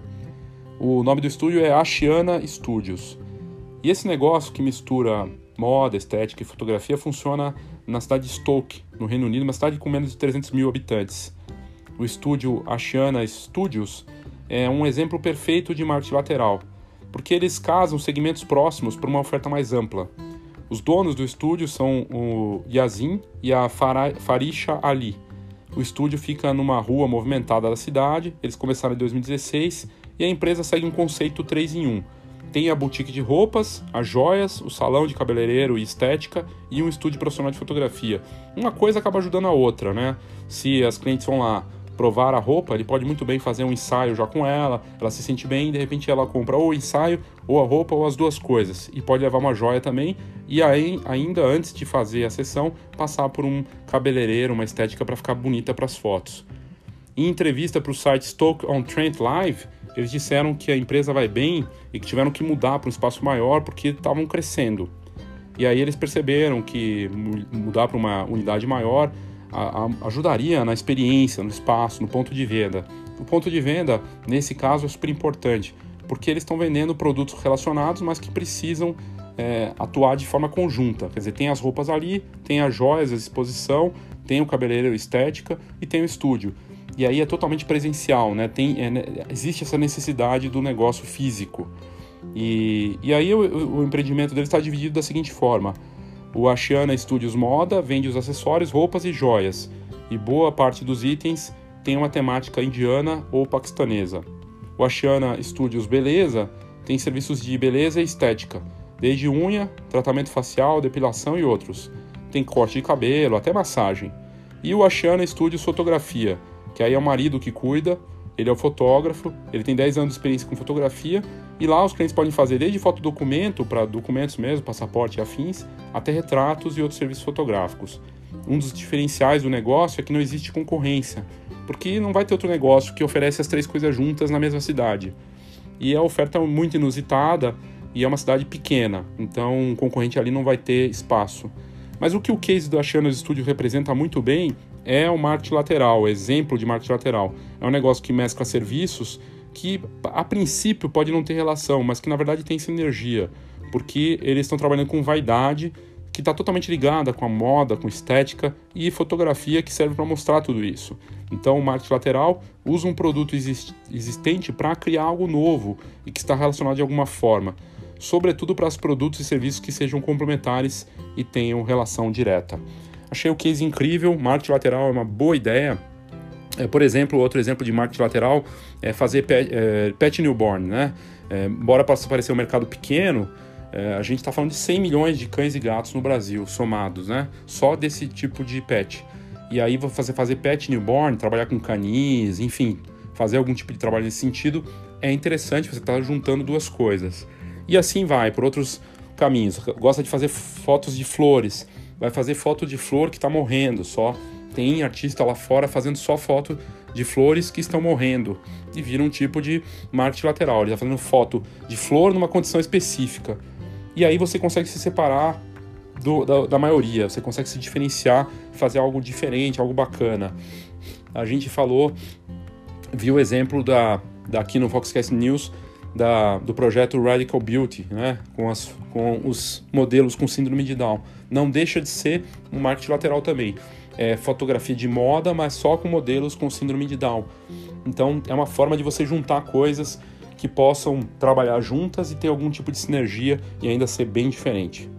O nome do estúdio é Ashiana Studios. E esse negócio que mistura moda, estética e fotografia funciona na cidade de Stoke, no Reino Unido, uma cidade com menos de trezentos mil habitantes. O estúdio Ashiana Studios é um exemplo perfeito de marketing lateral, porque eles casam segmentos próximos para uma oferta mais ampla. Os donos do estúdio são o Yazin e a Farisha Ali. O estúdio fica numa rua movimentada da cidade, eles começaram em dois mil e dezesseis e a empresa segue um conceito três em um. Tem a boutique de roupas, as joias, o salão de cabeleireiro e estética e um estúdio profissional de fotografia. Uma coisa acaba ajudando a outra, né? Se as clientes vão lá provar a roupa, ele pode muito bem fazer um ensaio já com ela, ela se sente bem, de repente ela compra ou o ensaio, ou a roupa, ou as duas coisas. E pode levar uma joia também, e aí, ainda antes de fazer a sessão, passar por um cabeleireiro, uma estética para ficar bonita para as fotos. Em entrevista para o site Stoke-on-Trent Live, eles disseram que a empresa vai bem e que tiveram que mudar para um espaço maior porque estavam crescendo. E aí eles perceberam que mudar para uma unidade maior a, a, ajudaria na experiência, no espaço, no ponto de venda. O ponto de venda, nesse caso, é super importante, porque eles estão vendendo produtos relacionados, mas que precisam é, atuar de forma conjunta. Quer dizer, tem as roupas ali, tem as joias, a exposição, tem o cabeleireiro estética e tem o estúdio. E aí é totalmente presencial, né? Tem, é, existe essa necessidade do negócio físico. E, e aí o, o empreendimento dele está dividido da seguinte forma. O Ashiana Studios Moda vende os acessórios, roupas e joias. E boa parte dos itens tem uma temática indiana ou paquistanesa. O Ashiana Studios Beleza tem serviços de beleza e estética, desde unha, tratamento facial, depilação e outros. Tem corte de cabelo, até massagem. E o Ashiana Studios Fotografia, que aí é o marido que cuida, ele é o fotógrafo, ele tem dez anos de experiência com fotografia, e lá os clientes podem fazer desde fotodocumento, para documentos mesmo, passaporte e afins, até retratos e outros serviços fotográficos. Um dos diferenciais do negócio é que não existe concorrência, porque não vai ter outro negócio que oferece as três coisas juntas na mesma cidade. E a oferta é muito inusitada e é uma cidade pequena, então um concorrente ali não vai ter espaço. Mas o que o case da Chanos Studio representa muito bem é o marketing lateral, o exemplo de marketing lateral. É um negócio que mescla serviços que, a princípio, pode não ter relação, mas que, na verdade, tem sinergia, porque eles estão trabalhando com vaidade, que está totalmente ligada com a moda, com estética e fotografia, que serve para mostrar tudo isso. Então, o marketing lateral usa um produto existente para criar algo novo e que está relacionado de alguma forma, sobretudo para os produtos e serviços que sejam complementares e tenham relação direta. Achei o case incrível, marketing lateral é uma boa ideia. É, por exemplo, outro exemplo de marketing lateral é fazer pet, é, pet newborn, né? É, embora possa parecer um mercado pequeno, é, a gente está falando de cem milhões de cães e gatos no Brasil, somados, né? Só desse tipo de pet. E aí você fazer pet newborn, trabalhar com canis, enfim, fazer algum tipo de trabalho nesse sentido, é interessante, você está juntando duas coisas. E assim vai, por outros caminhos. Gosta de fazer fotos de flores, vai fazer foto de flor que está morrendo só. Tem artista lá fora fazendo só foto de flores que estão morrendo e vira um tipo de marketing lateral. Ele está fazendo foto de flor numa condição específica. E aí você consegue se separar do, da, da maioria, você consegue se diferenciar, fazer algo diferente, algo bacana. A gente falou, viu o exemplo da, da, aqui no Foxcast News da, do projeto Radical Beauty, né? com, as, com os modelos com síndrome de Down. Não deixa de ser um marketing lateral também. É fotografia de moda, mas só com modelos com síndrome de Down. Então, é uma forma de você juntar coisas que possam trabalhar juntas e ter algum tipo de sinergia e ainda ser bem diferente.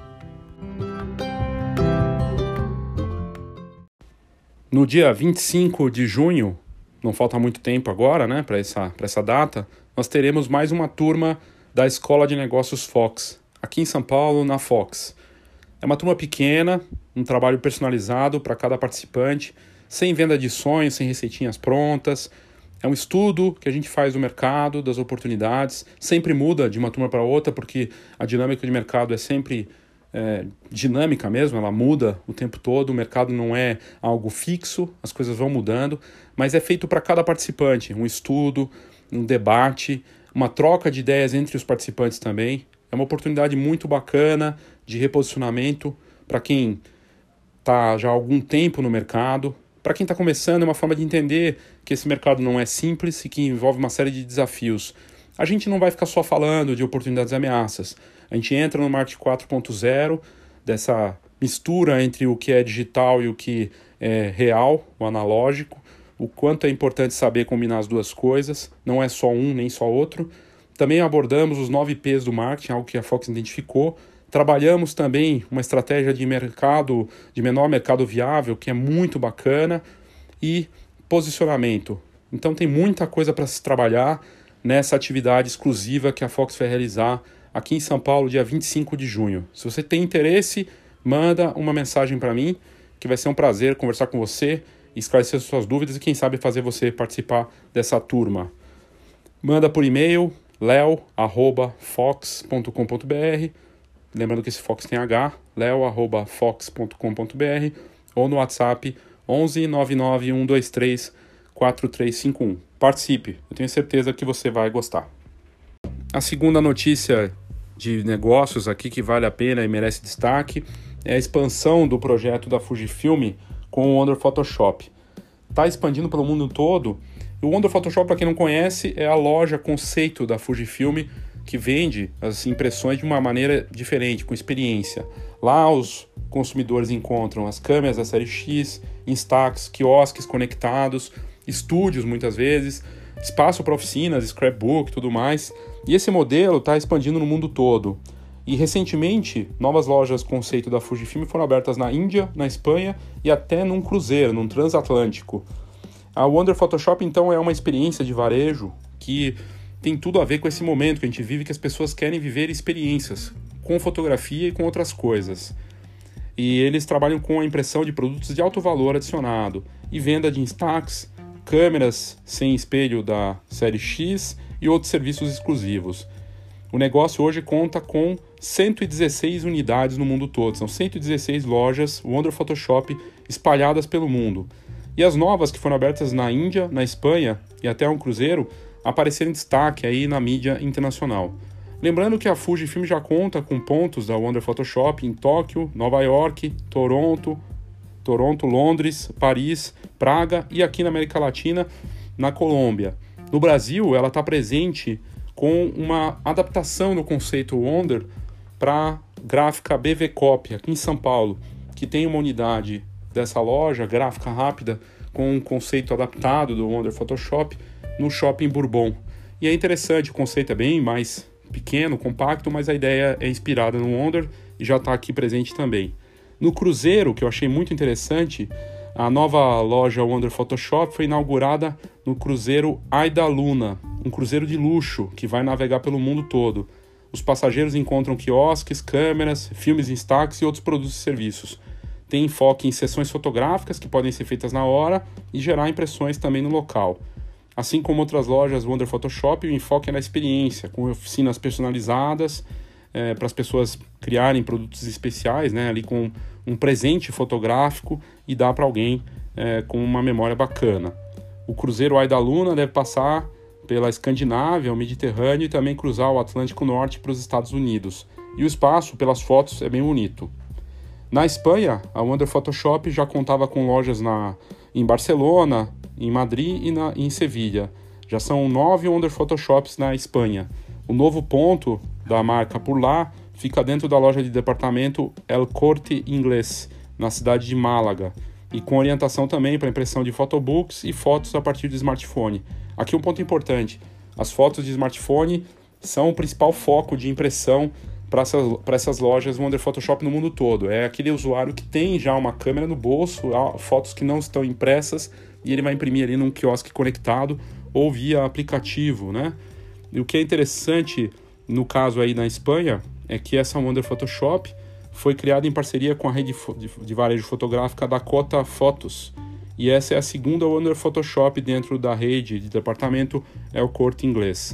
No dia vinte e cinco de junho, não falta muito tempo agora, né, para essa, para essa data, nós teremos mais uma turma da Escola de Negócios Fox, aqui em São Paulo, na Fox. É uma turma pequena, um trabalho personalizado para cada participante, sem venda de sonhos, sem receitinhas prontas. É um estudo que a gente faz do mercado, das oportunidades. Sempre muda de uma turma para outra, porque a dinâmica de mercado é sempre é, dinâmica mesmo, ela muda o tempo todo. O mercado não é algo fixo, as coisas vão mudando, mas é feito para cada participante. Um estudo, um debate, uma troca de ideias entre os participantes também. É uma oportunidade muito bacana de reposicionamento para quem está já há algum tempo no mercado. Para quem está começando, é uma forma de entender que esse mercado não é simples e que envolve uma série de desafios. A gente não vai ficar só falando de oportunidades e ameaças. A gente entra no marketing quatro ponto zero, dessa mistura entre o que é digital e o que é real, o analógico, o quanto é importante saber combinar as duas coisas, não é só um nem só outro. Também abordamos os nove P's do marketing, algo que a Fox identificou. Trabalhamos também uma estratégia de mercado, de menor mercado viável, que é muito bacana, e posicionamento. Então tem muita coisa para se trabalhar nessa atividade exclusiva que a Fox vai realizar aqui em São Paulo, dia vinte e cinco de junho. Se você tem interesse, manda uma mensagem para mim, que vai ser um prazer conversar com você, esclarecer suas dúvidas e quem sabe fazer você participar dessa turma. Manda por e-mail, leo arroba fox ponto com ponto br, lembrando que esse Fox tem H, leo arroba fox ponto com ponto br, ou no WhatsApp onze nove nove um dois três quatro três cinco um. Participe, eu tenho certeza que você vai gostar. A segunda notícia de negócios aqui que vale a pena e merece destaque é a expansão do projeto da Fujifilm com o Wonder Photoshop. Está expandindo pelo mundo todo. O Wonder Photoshop, para quem não conhece, é a loja conceito da Fujifilm que vende as impressões de uma maneira diferente, com experiência. Lá os consumidores encontram as câmeras da série X, Instax, quiosques conectados, estúdios muitas vezes, espaço para oficinas, scrapbook e tudo mais. E esse modelo está expandindo no mundo todo. E recentemente, novas lojas conceito da Fujifilm foram abertas na Índia, na Espanha e até num cruzeiro, num transatlântico. A Wonder Photoshop, então, é uma experiência de varejo que tem tudo a ver com esse momento que a gente vive, que as pessoas querem viver experiências com fotografia e com outras coisas. E eles trabalham com a impressão de produtos de alto valor adicionado e venda de Instax, câmeras sem espelho da série X e outros serviços exclusivos. O negócio hoje conta com cento e dezesseis unidades no mundo todo, são cento e dezesseis lojas Wonder Photoshop espalhadas pelo mundo. E as novas que foram abertas na Índia, na Espanha e até um cruzeiro apareceram em destaque aí na mídia internacional. Lembrando que a Fujifilm já conta com pontos da Wonder Photoshop em Tóquio, Nova York, Toronto, Toronto, Londres, Paris, Praga e aqui na América Latina, na Colômbia. No Brasil, ela está presente com uma adaptação do conceito Wonder para a gráfica B V Copy, aqui em São Paulo, que tem uma unidade dessa loja, gráfica rápida, com um conceito adaptado do Wonder Photoshop no Shopping Bourbon. E é interessante, o conceito é bem mais pequeno, compacto, mas a ideia é inspirada no Wonder e já está aqui presente também. No cruzeiro, que eu achei muito interessante, a nova loja Wonder Photoshop foi inaugurada no cruzeiro Aida Luna, um cruzeiro de luxo que vai navegar pelo mundo todo. Os passageiros encontram quiosques, câmeras, filmes em destaques e outros produtos e serviços. Tem enfoque em sessões fotográficas que podem ser feitas na hora e gerar impressões também no local. Assim como outras lojas Wonder Photoshop, o enfoque é na experiência, com oficinas personalizadas é, para as pessoas criarem produtos especiais, né, ali com um presente fotográfico e dar para alguém é, com uma memória bacana. O cruzeiro Aida Luna deve passar pela Escandinávia, o Mediterrâneo e também cruzar o Atlântico Norte para os Estados Unidos. E o espaço, pelas fotos, é bem bonito. Na Espanha, a Wonder Photoshop já contava com lojas na, em Barcelona, em Madrid e na, em Sevilha. Já são nove Wonder Photoshops na Espanha. O novo ponto da marca por lá fica dentro da loja de departamento El Corte Inglés, na cidade de Málaga, e com orientação também para impressão de photobooks e fotos a partir de smartphone. Aqui um ponto importante, as fotos de smartphone são o principal foco de impressão para essas, para essas lojas Wonder Photoshop no mundo todo. É aquele usuário que tem já uma câmera no bolso, fotos que não estão impressas, e ele vai imprimir ali num quiosque conectado ou via aplicativo, né? E o que é interessante no caso aí na Espanha é que essa Wonder Photoshop foi criada em parceria com a rede de varejo fotográfica Dakota Photos, e essa é a segunda Wonder Photoshop dentro da rede de departamento El Corte Inglés.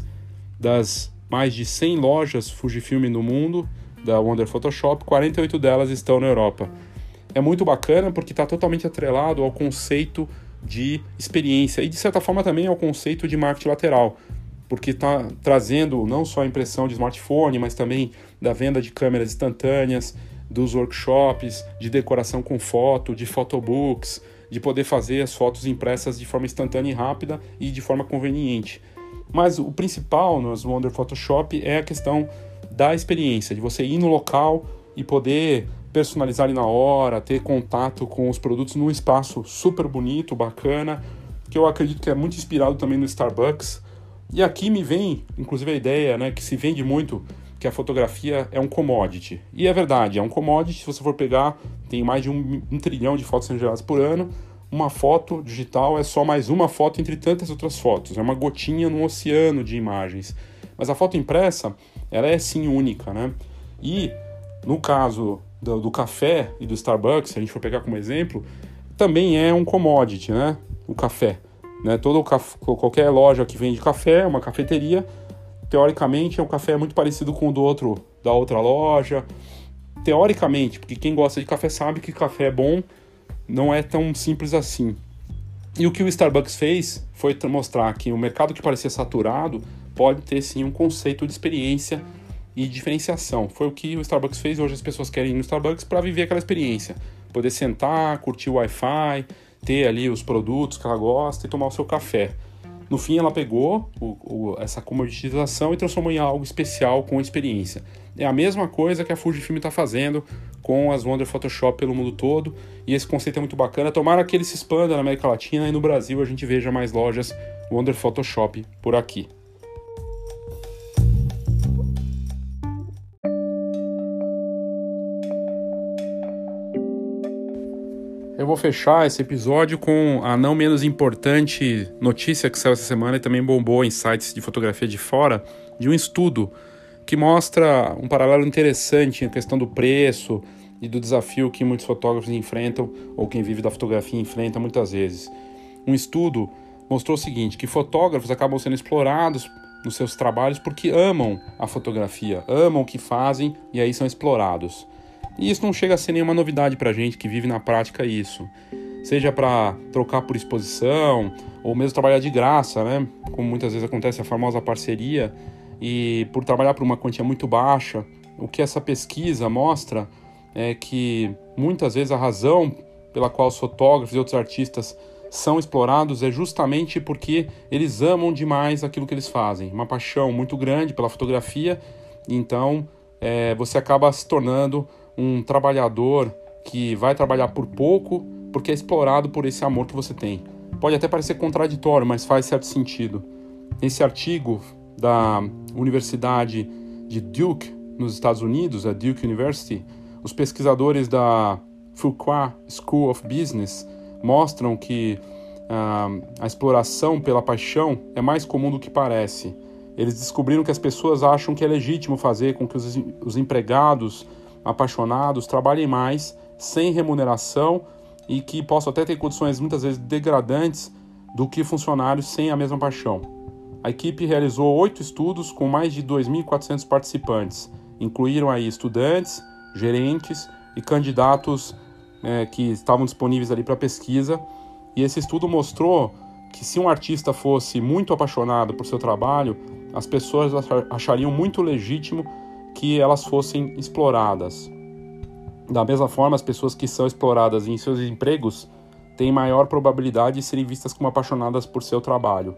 Das mais de cem lojas Fujifilm no mundo da Wonder Photoshop, quarenta e oito delas estão na Europa. É muito bacana porque está totalmente atrelado ao conceito de experiência e, de certa forma, também ao conceito de marketing lateral, porque está trazendo não só a impressão de smartphone, mas também da venda de câmeras instantâneas, dos workshops, de decoração com foto, de photobooks, de poder fazer as fotos impressas de forma instantânea e rápida e de forma conveniente. Mas o principal nos Wonder Photoshop é a questão da experiência, de você ir no local e poder personalizar ali na hora, ter contato com os produtos num espaço super bonito, bacana, que eu acredito que é muito inspirado também no Starbucks. E aqui me vem, inclusive, a ideia, né, que se vende muito, que a fotografia é um commodity. E é verdade, é um commodity. Se você for pegar, tem mais de um, um trilhão de fotos sendo geradas por ano. Uma foto digital é só mais uma foto entre tantas outras fotos. É uma gotinha num oceano de imagens. Mas a foto impressa, ela é sim única, né? E no caso do, do café e do Starbucks, se a gente for pegar como exemplo, também é um commodity, né? O café. Né? Todo caf... Qualquer loja que vende café, uma cafeteria, teoricamente o café é muito parecido com o do outro, da outra loja. Teoricamente, porque quem gosta de café sabe que café é bom, não é tão simples assim. E o que o Starbucks fez foi mostrar que o mercado que parecia saturado pode ter sim um conceito de experiência e diferenciação. Foi o que o Starbucks fez. Hoje as pessoas querem ir no Starbucks para viver aquela experiência, poder sentar, curtir o Wi-Fi, ter ali os produtos que ela gosta e tomar o seu café. No fim, ela pegou o, o, essa comoditização e transformou em algo especial com experiência. É a mesma coisa que a Fujifilm está fazendo com as Wonder Photoshop pelo mundo todo, e esse conceito é muito bacana. Tomara que ele se expanda na América Latina e no Brasil a gente veja mais lojas Wonder Photoshop por aqui. Eu vou fechar esse episódio com a não menos importante notícia que saiu essa semana e também bombou em sites de fotografia de fora, de um estudo que mostra um paralelo interessante em questão do preço e do desafio que muitos fotógrafos enfrentam, ou quem vive da fotografia enfrenta muitas vezes. Um estudo mostrou o seguinte, que fotógrafos acabam sendo explorados nos seus trabalhos porque amam a fotografia, amam o que fazem e aí são explorados. E isso não chega a ser nenhuma novidade para a gente que vive na prática isso. Seja para trocar por exposição ou mesmo trabalhar de graça, né? Como muitas vezes acontece a famosa parceria, e por trabalhar por uma quantia muito baixa, o que essa pesquisa mostra é que muitas vezes a razão pela qual os fotógrafos e outros artistas são explorados é justamente porque eles amam demais aquilo que eles fazem, uma paixão muito grande pela fotografia. Então é, você acaba se tornando um trabalhador que vai trabalhar por pouco porque é explorado por esse amor que você tem. Pode até parecer contraditório, mas faz certo sentido. Esse artigo da Universidade de Duke, nos Estados Unidos, a Duke University, os pesquisadores da Fuqua School of Business mostram que uh, a exploração pela paixão é mais comum do que parece. Eles descobriram que as pessoas acham que é legítimo fazer com que os, os empregados apaixonados trabalhem mais, sem remuneração, e que possam até ter condições muitas vezes degradantes do que funcionários sem a mesma paixão. A equipe realizou oito estudos com mais de dois mil e quatrocentos participantes. Incluíram aí estudantes, gerentes e candidatos é, que estavam disponíveis ali para pesquisa. E esse estudo mostrou que se um artista fosse muito apaixonado por seu trabalho, as pessoas achariam muito legítimo que elas fossem exploradas. Da mesma forma, as pessoas que são exploradas em seus empregos têm maior probabilidade de serem vistas como apaixonadas por seu trabalho.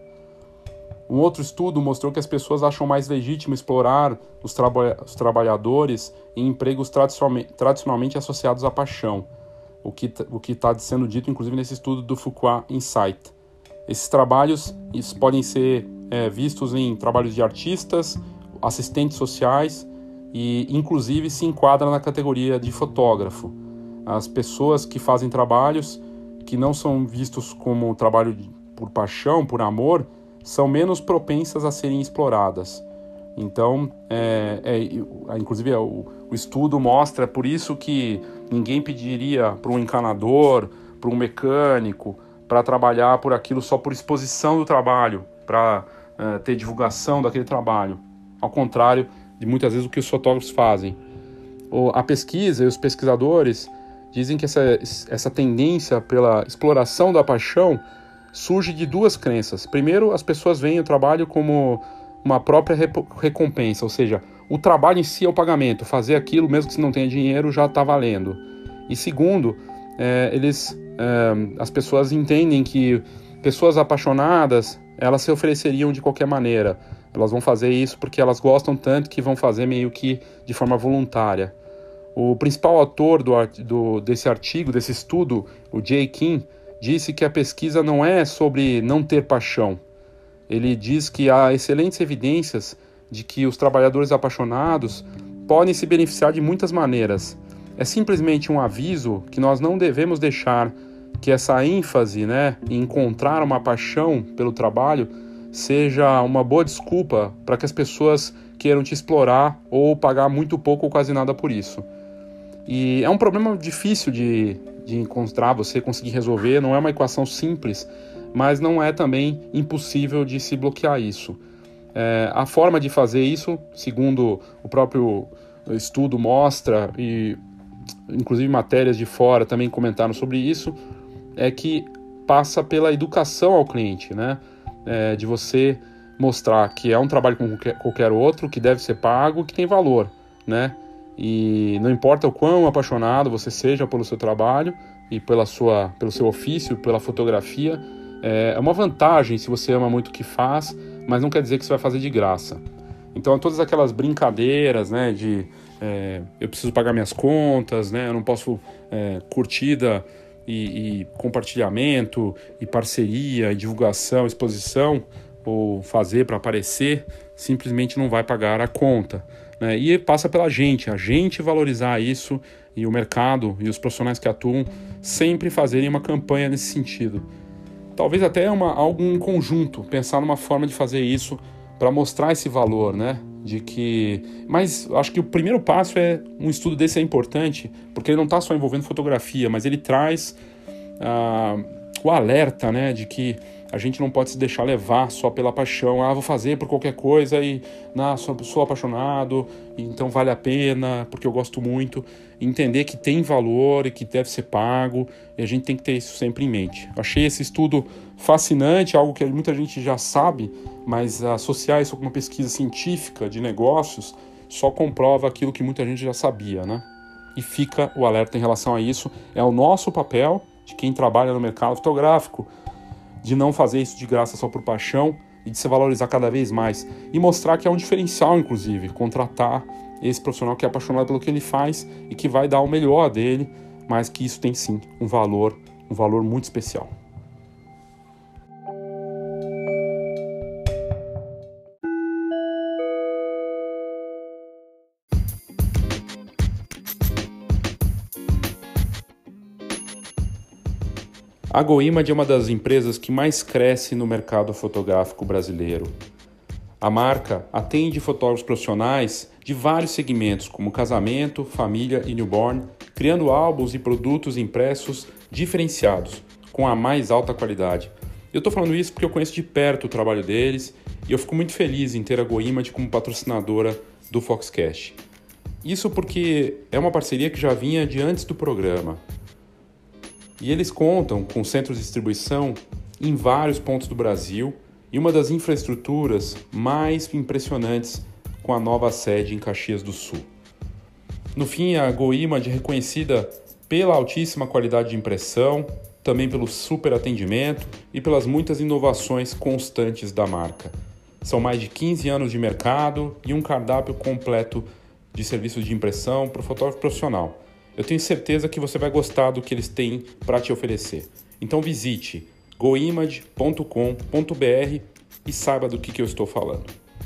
Um outro estudo mostrou que as pessoas acham mais legítimo explorar os, traba- os trabalhadores em empregos tradicionalmente, tradicionalmente associados à paixão, o que o que está sendo dito inclusive nesse estudo do Fuqua Insight. Esses trabalhos isso, podem ser é, vistos em trabalhos de artistas, assistentes sociais e inclusive se enquadra na categoria de fotógrafo. As pessoas que fazem trabalhos que não são vistos como trabalho de, por paixão, por amor, são menos propensas a serem exploradas. Então, é, é, inclusive o, o estudo mostra, por isso que ninguém pediria para um encanador, para um mecânico, para trabalhar por aquilo só por exposição do trabalho, para é, ter divulgação daquele trabalho. Ao contrário de muitas vezes o que os fotógrafos fazem. O, a pesquisa e os pesquisadores dizem que essa, essa tendência pela exploração da paixão surge de duas crenças. Primeiro, as pessoas veem o trabalho como uma própria recompensa, ou seja, o trabalho em si é o pagamento, fazer aquilo, mesmo que se não tenha dinheiro, já está valendo. E segundo, é, eles, é, as pessoas entendem que pessoas apaixonadas, elas se ofereceriam de qualquer maneira. Elas vão fazer isso porque elas gostam tanto que vão fazer meio que de forma voluntária. O principal autor do, do, desse artigo, desse estudo, o Jay Kim, disse que a pesquisa não é sobre não ter paixão. Ele diz que há excelentes evidências de que os trabalhadores apaixonados podem se beneficiar de muitas maneiras. É simplesmente um aviso que nós não devemos deixar que essa ênfase, né, em encontrar uma paixão pelo trabalho seja uma boa desculpa para que as pessoas queiram te explorar ou pagar muito pouco ou quase nada por isso. E é um problema difícil de, de encontrar, você conseguir resolver, não é uma equação simples, mas não é também impossível de se bloquear isso. É, a forma de fazer isso, segundo o próprio estudo mostra, e inclusive matérias de fora também comentaram sobre isso, é que passa pela educação ao cliente, né? É, de você mostrar que é um trabalho como qualquer, qualquer outro, que deve ser pago, que tem valor, né? E não importa o quão apaixonado você seja pelo seu trabalho e pela sua, pelo seu ofício, pela fotografia, é uma vantagem se você ama muito o que faz, mas não quer dizer que você vai fazer de graça. Então, todas aquelas brincadeiras, né, de é, eu preciso pagar minhas contas, né, eu não posso é, curtida e, e compartilhamento, e parceria, e divulgação, exposição, ou fazer para aparecer, simplesmente não vai pagar a conta. Né? E passa pela gente, a gente valorizar isso, e o mercado e os profissionais que atuam sempre fazerem uma campanha nesse sentido. Talvez até uma, algo em conjunto, pensar numa forma de fazer isso para mostrar esse valor, né? De que... Mas acho que o primeiro passo é, um estudo desse é importante, porque ele não está só envolvendo fotografia, mas ele traz ah, o alerta, né, de que a gente não pode se deixar levar só pela paixão. Ah, vou fazer por qualquer coisa e nah, sou, sou apaixonado, então vale a pena, porque eu gosto muito. Entender que tem valor e que deve ser pago, e a gente tem que ter isso sempre em mente. Achei esse estudo fascinante, algo que muita gente já sabe, mas associar isso com uma pesquisa científica de negócios só comprova aquilo que muita gente já sabia, né? E fica o alerta em relação a isso. É o nosso papel, de quem trabalha no mercado fotográfico, de não fazer isso de graça só por paixão e de se valorizar cada vez mais. E mostrar que é um diferencial, inclusive, contratar esse profissional que é apaixonado pelo que ele faz e que vai dar o melhor dele, mas que isso tem sim um valor, um valor muito especial. A GoImage é uma das empresas que mais cresce no mercado fotográfico brasileiro. A marca atende fotógrafos profissionais de vários segmentos, como casamento, família e newborn, criando álbuns e produtos impressos diferenciados, com a mais alta qualidade. Eu estou falando isso porque eu conheço de perto o trabalho deles e eu fico muito feliz em ter a GoImage como patrocinadora do Foxcast. Isso porque é uma parceria que já vinha de antes do programa. E eles contam com centros de distribuição em vários pontos do Brasil e uma das infraestruturas mais impressionantes com a nova sede em Caxias do Sul. No fim, a GoImage é reconhecida pela altíssima qualidade de impressão, também pelo super atendimento e pelas muitas inovações constantes da marca. São mais de quinze anos de mercado e um cardápio completo de serviços de impressão para o fotógrafo profissional. Eu tenho certeza que você vai gostar do que eles têm para te oferecer. Então visite goimage ponto com ponto b r e saiba do que, que eu estou falando.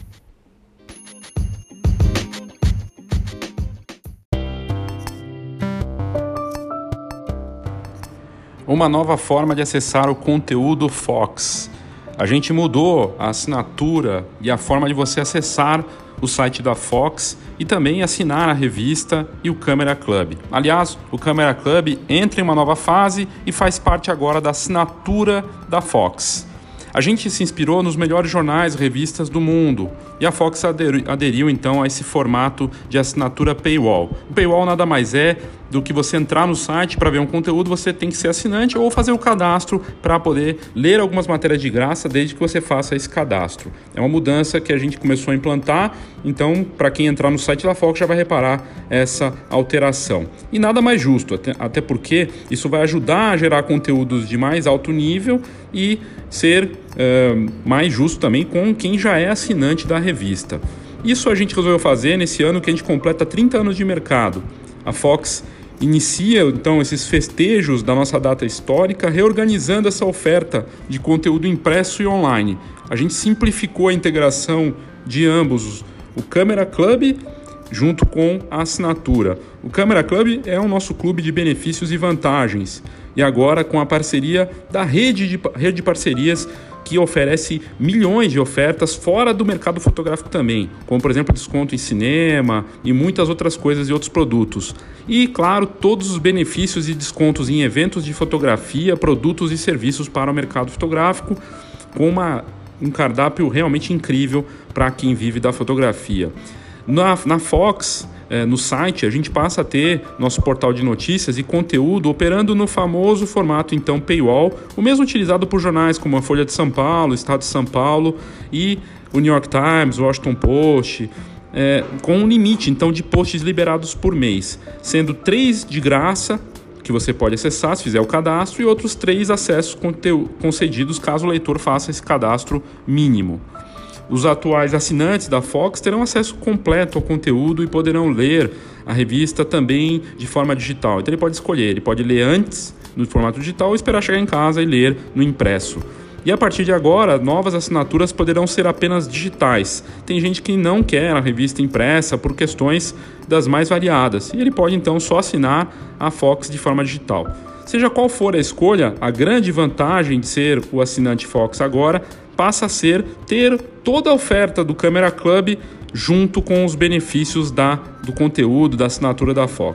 Uma nova forma de acessar o conteúdo Fox. A gente mudou a assinatura e a forma de você acessar o site da Fox e também assinar a revista e o Camera Club. Aliás, o Camera Club entra em uma nova fase e faz parte agora da assinatura da Fox. A gente se inspirou nos melhores jornais e revistas do mundo e a Fox aderiu, aderiu então a esse formato de assinatura paywall. O paywall nada mais é do que você entrar no site para ver um conteúdo, você tem que ser assinante ou fazer o cadastro para poder ler algumas matérias de graça desde que você faça esse cadastro. É uma mudança que a gente começou a implantar, então para quem entrar no site da Fox já vai reparar essa alteração. E nada mais justo, até, até porque isso vai ajudar a gerar conteúdos de mais alto nível e ser uh, mais justo também com quem já é assinante da revista. Isso a gente resolveu fazer nesse ano que a gente completa trinta anos de mercado. A Fox inicia então esses festejos da nossa data histórica reorganizando essa oferta de conteúdo impresso e online. A gente simplificou a integração de ambos, o Camera Club junto com a assinatura. O Camera Club é o nosso clube de benefícios e vantagens. E agora com a parceria da rede de, rede de parcerias que oferece milhões de ofertas fora do mercado fotográfico também, como por exemplo desconto em cinema e muitas outras coisas e outros produtos. E claro, todos os benefícios e descontos em eventos de fotografia, produtos e serviços para o mercado fotográfico, com uma, um cardápio realmente incrível para quem vive da fotografia. Na, na Fox, é, no site, a gente passa a ter nosso portal de notícias e conteúdo operando no famoso formato, então, paywall, o mesmo utilizado por jornais como a Folha de São Paulo, Estado de São Paulo e o New York Times, o Washington Post, é, com um limite, então, de posts liberados por mês, sendo três de graça, que você pode acessar se fizer o cadastro, e outros três acessos concedidos caso o leitor faça esse cadastro mínimo. Os atuais assinantes da Fox terão acesso completo ao conteúdo e poderão ler a revista também de forma digital. Então ele pode escolher, ele pode ler antes no formato digital ou esperar chegar em casa e ler no impresso. E a partir de agora, novas assinaturas poderão ser apenas digitais. Tem gente que não quer a revista impressa por questões das mais variadas, e ele pode então só assinar a Fox de forma digital. Seja qual for a escolha, a grande vantagem de ser o assinante Fox agora passa a ser ter toda a oferta do Camera Club junto com os benefícios da, do conteúdo, da assinatura da Fox.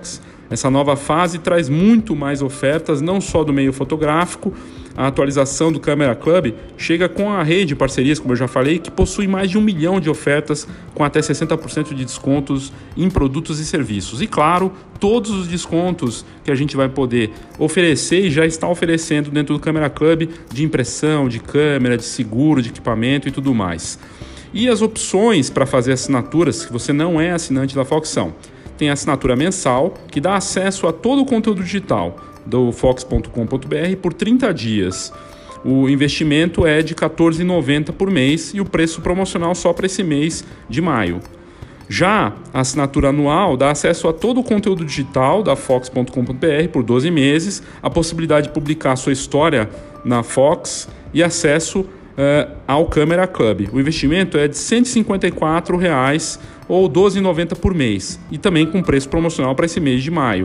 Essa nova fase traz muito mais ofertas, não só do meio fotográfico. A atualização do Camera Club chega com a rede de parcerias, como eu já falei, que possui mais de um milhão de ofertas com até sessenta por cento de descontos em produtos e serviços. E claro, todos os descontos que a gente vai poder oferecer e já está oferecendo dentro do Camera Club de impressão, de câmera, de seguro, de equipamento e tudo mais. E as opções para fazer assinaturas, se você não é assinante da Fox, são: tem a assinatura mensal, que dá acesso a todo o conteúdo digital do fox ponto com ponto b r por trinta dias. O investimento é de quatorze reais e noventa centavos por mês e o preço promocional só para esse mês de maio. Já a assinatura anual dá acesso a todo o conteúdo digital da fox ponto com ponto b r por doze meses, a possibilidade de publicar sua história na Fox e acesso uh, ao Camera Club. O investimento é de cento e cinquenta e quatro reais ou doze reais e noventa centavos por mês e também com preço promocional para esse mês de maio.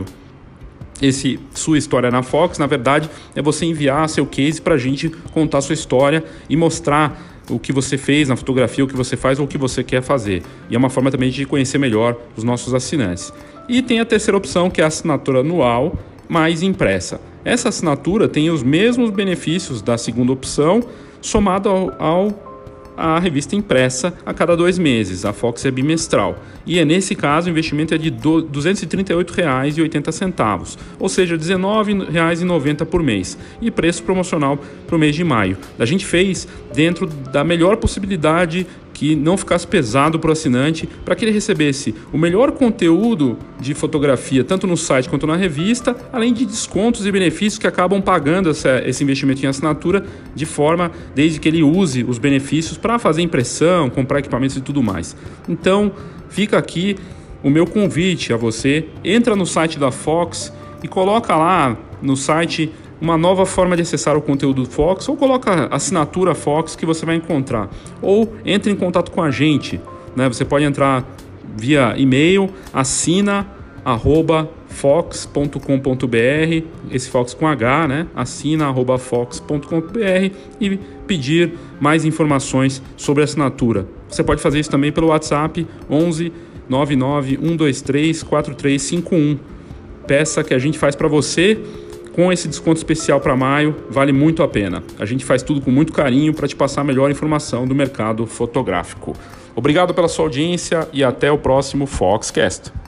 Esse Sua História na Fox, na verdade, é você enviar seu case para a gente contar sua história e mostrar o que você fez na fotografia, o que você faz ou o que você quer fazer. E é uma forma também de conhecer melhor os nossos assinantes. E tem a terceira opção, que é a assinatura anual mais impressa. Essa assinatura tem os mesmos benefícios da segunda opção, somado ao, ao a revista impressa a cada dois meses. A Fox é bimestral. E é, nesse caso, o investimento é de duzentos e trinta e oito reais e oitenta centavos, ou seja, dezenove reais e noventa centavos por mês. E preço promocional para o mês de maio. A gente fez dentro da melhor possibilidade que não ficasse pesado para o assinante, para que ele recebesse o melhor conteúdo de fotografia, tanto no site quanto na revista, além de descontos e benefícios que acabam pagando essa, esse investimento em assinatura, de forma, desde que ele use os benefícios para fazer impressão, comprar equipamentos e tudo mais. Então, fica aqui o meu convite a você: entra no site da Fox e coloca lá no site uma nova forma de acessar o conteúdo do Fox, ou coloca assinatura Fox que você vai encontrar, ou entre em contato com a gente, né? Você pode entrar via e-mail, assina arroba fox ponto com ponto b r, esse Fox com H, né? Assina arroba fox ponto com ponto b r e pedir mais informações sobre a assinatura. Você pode fazer isso também pelo WhatsApp onze nove nove um dois três quatro três cinco um. Peça que a gente faz para você. Com esse desconto especial para maio, vale muito a pena. A gente faz tudo com muito carinho para te passar a melhor informação do mercado fotográfico. Obrigado pela sua audiência e até o próximo Foxcast.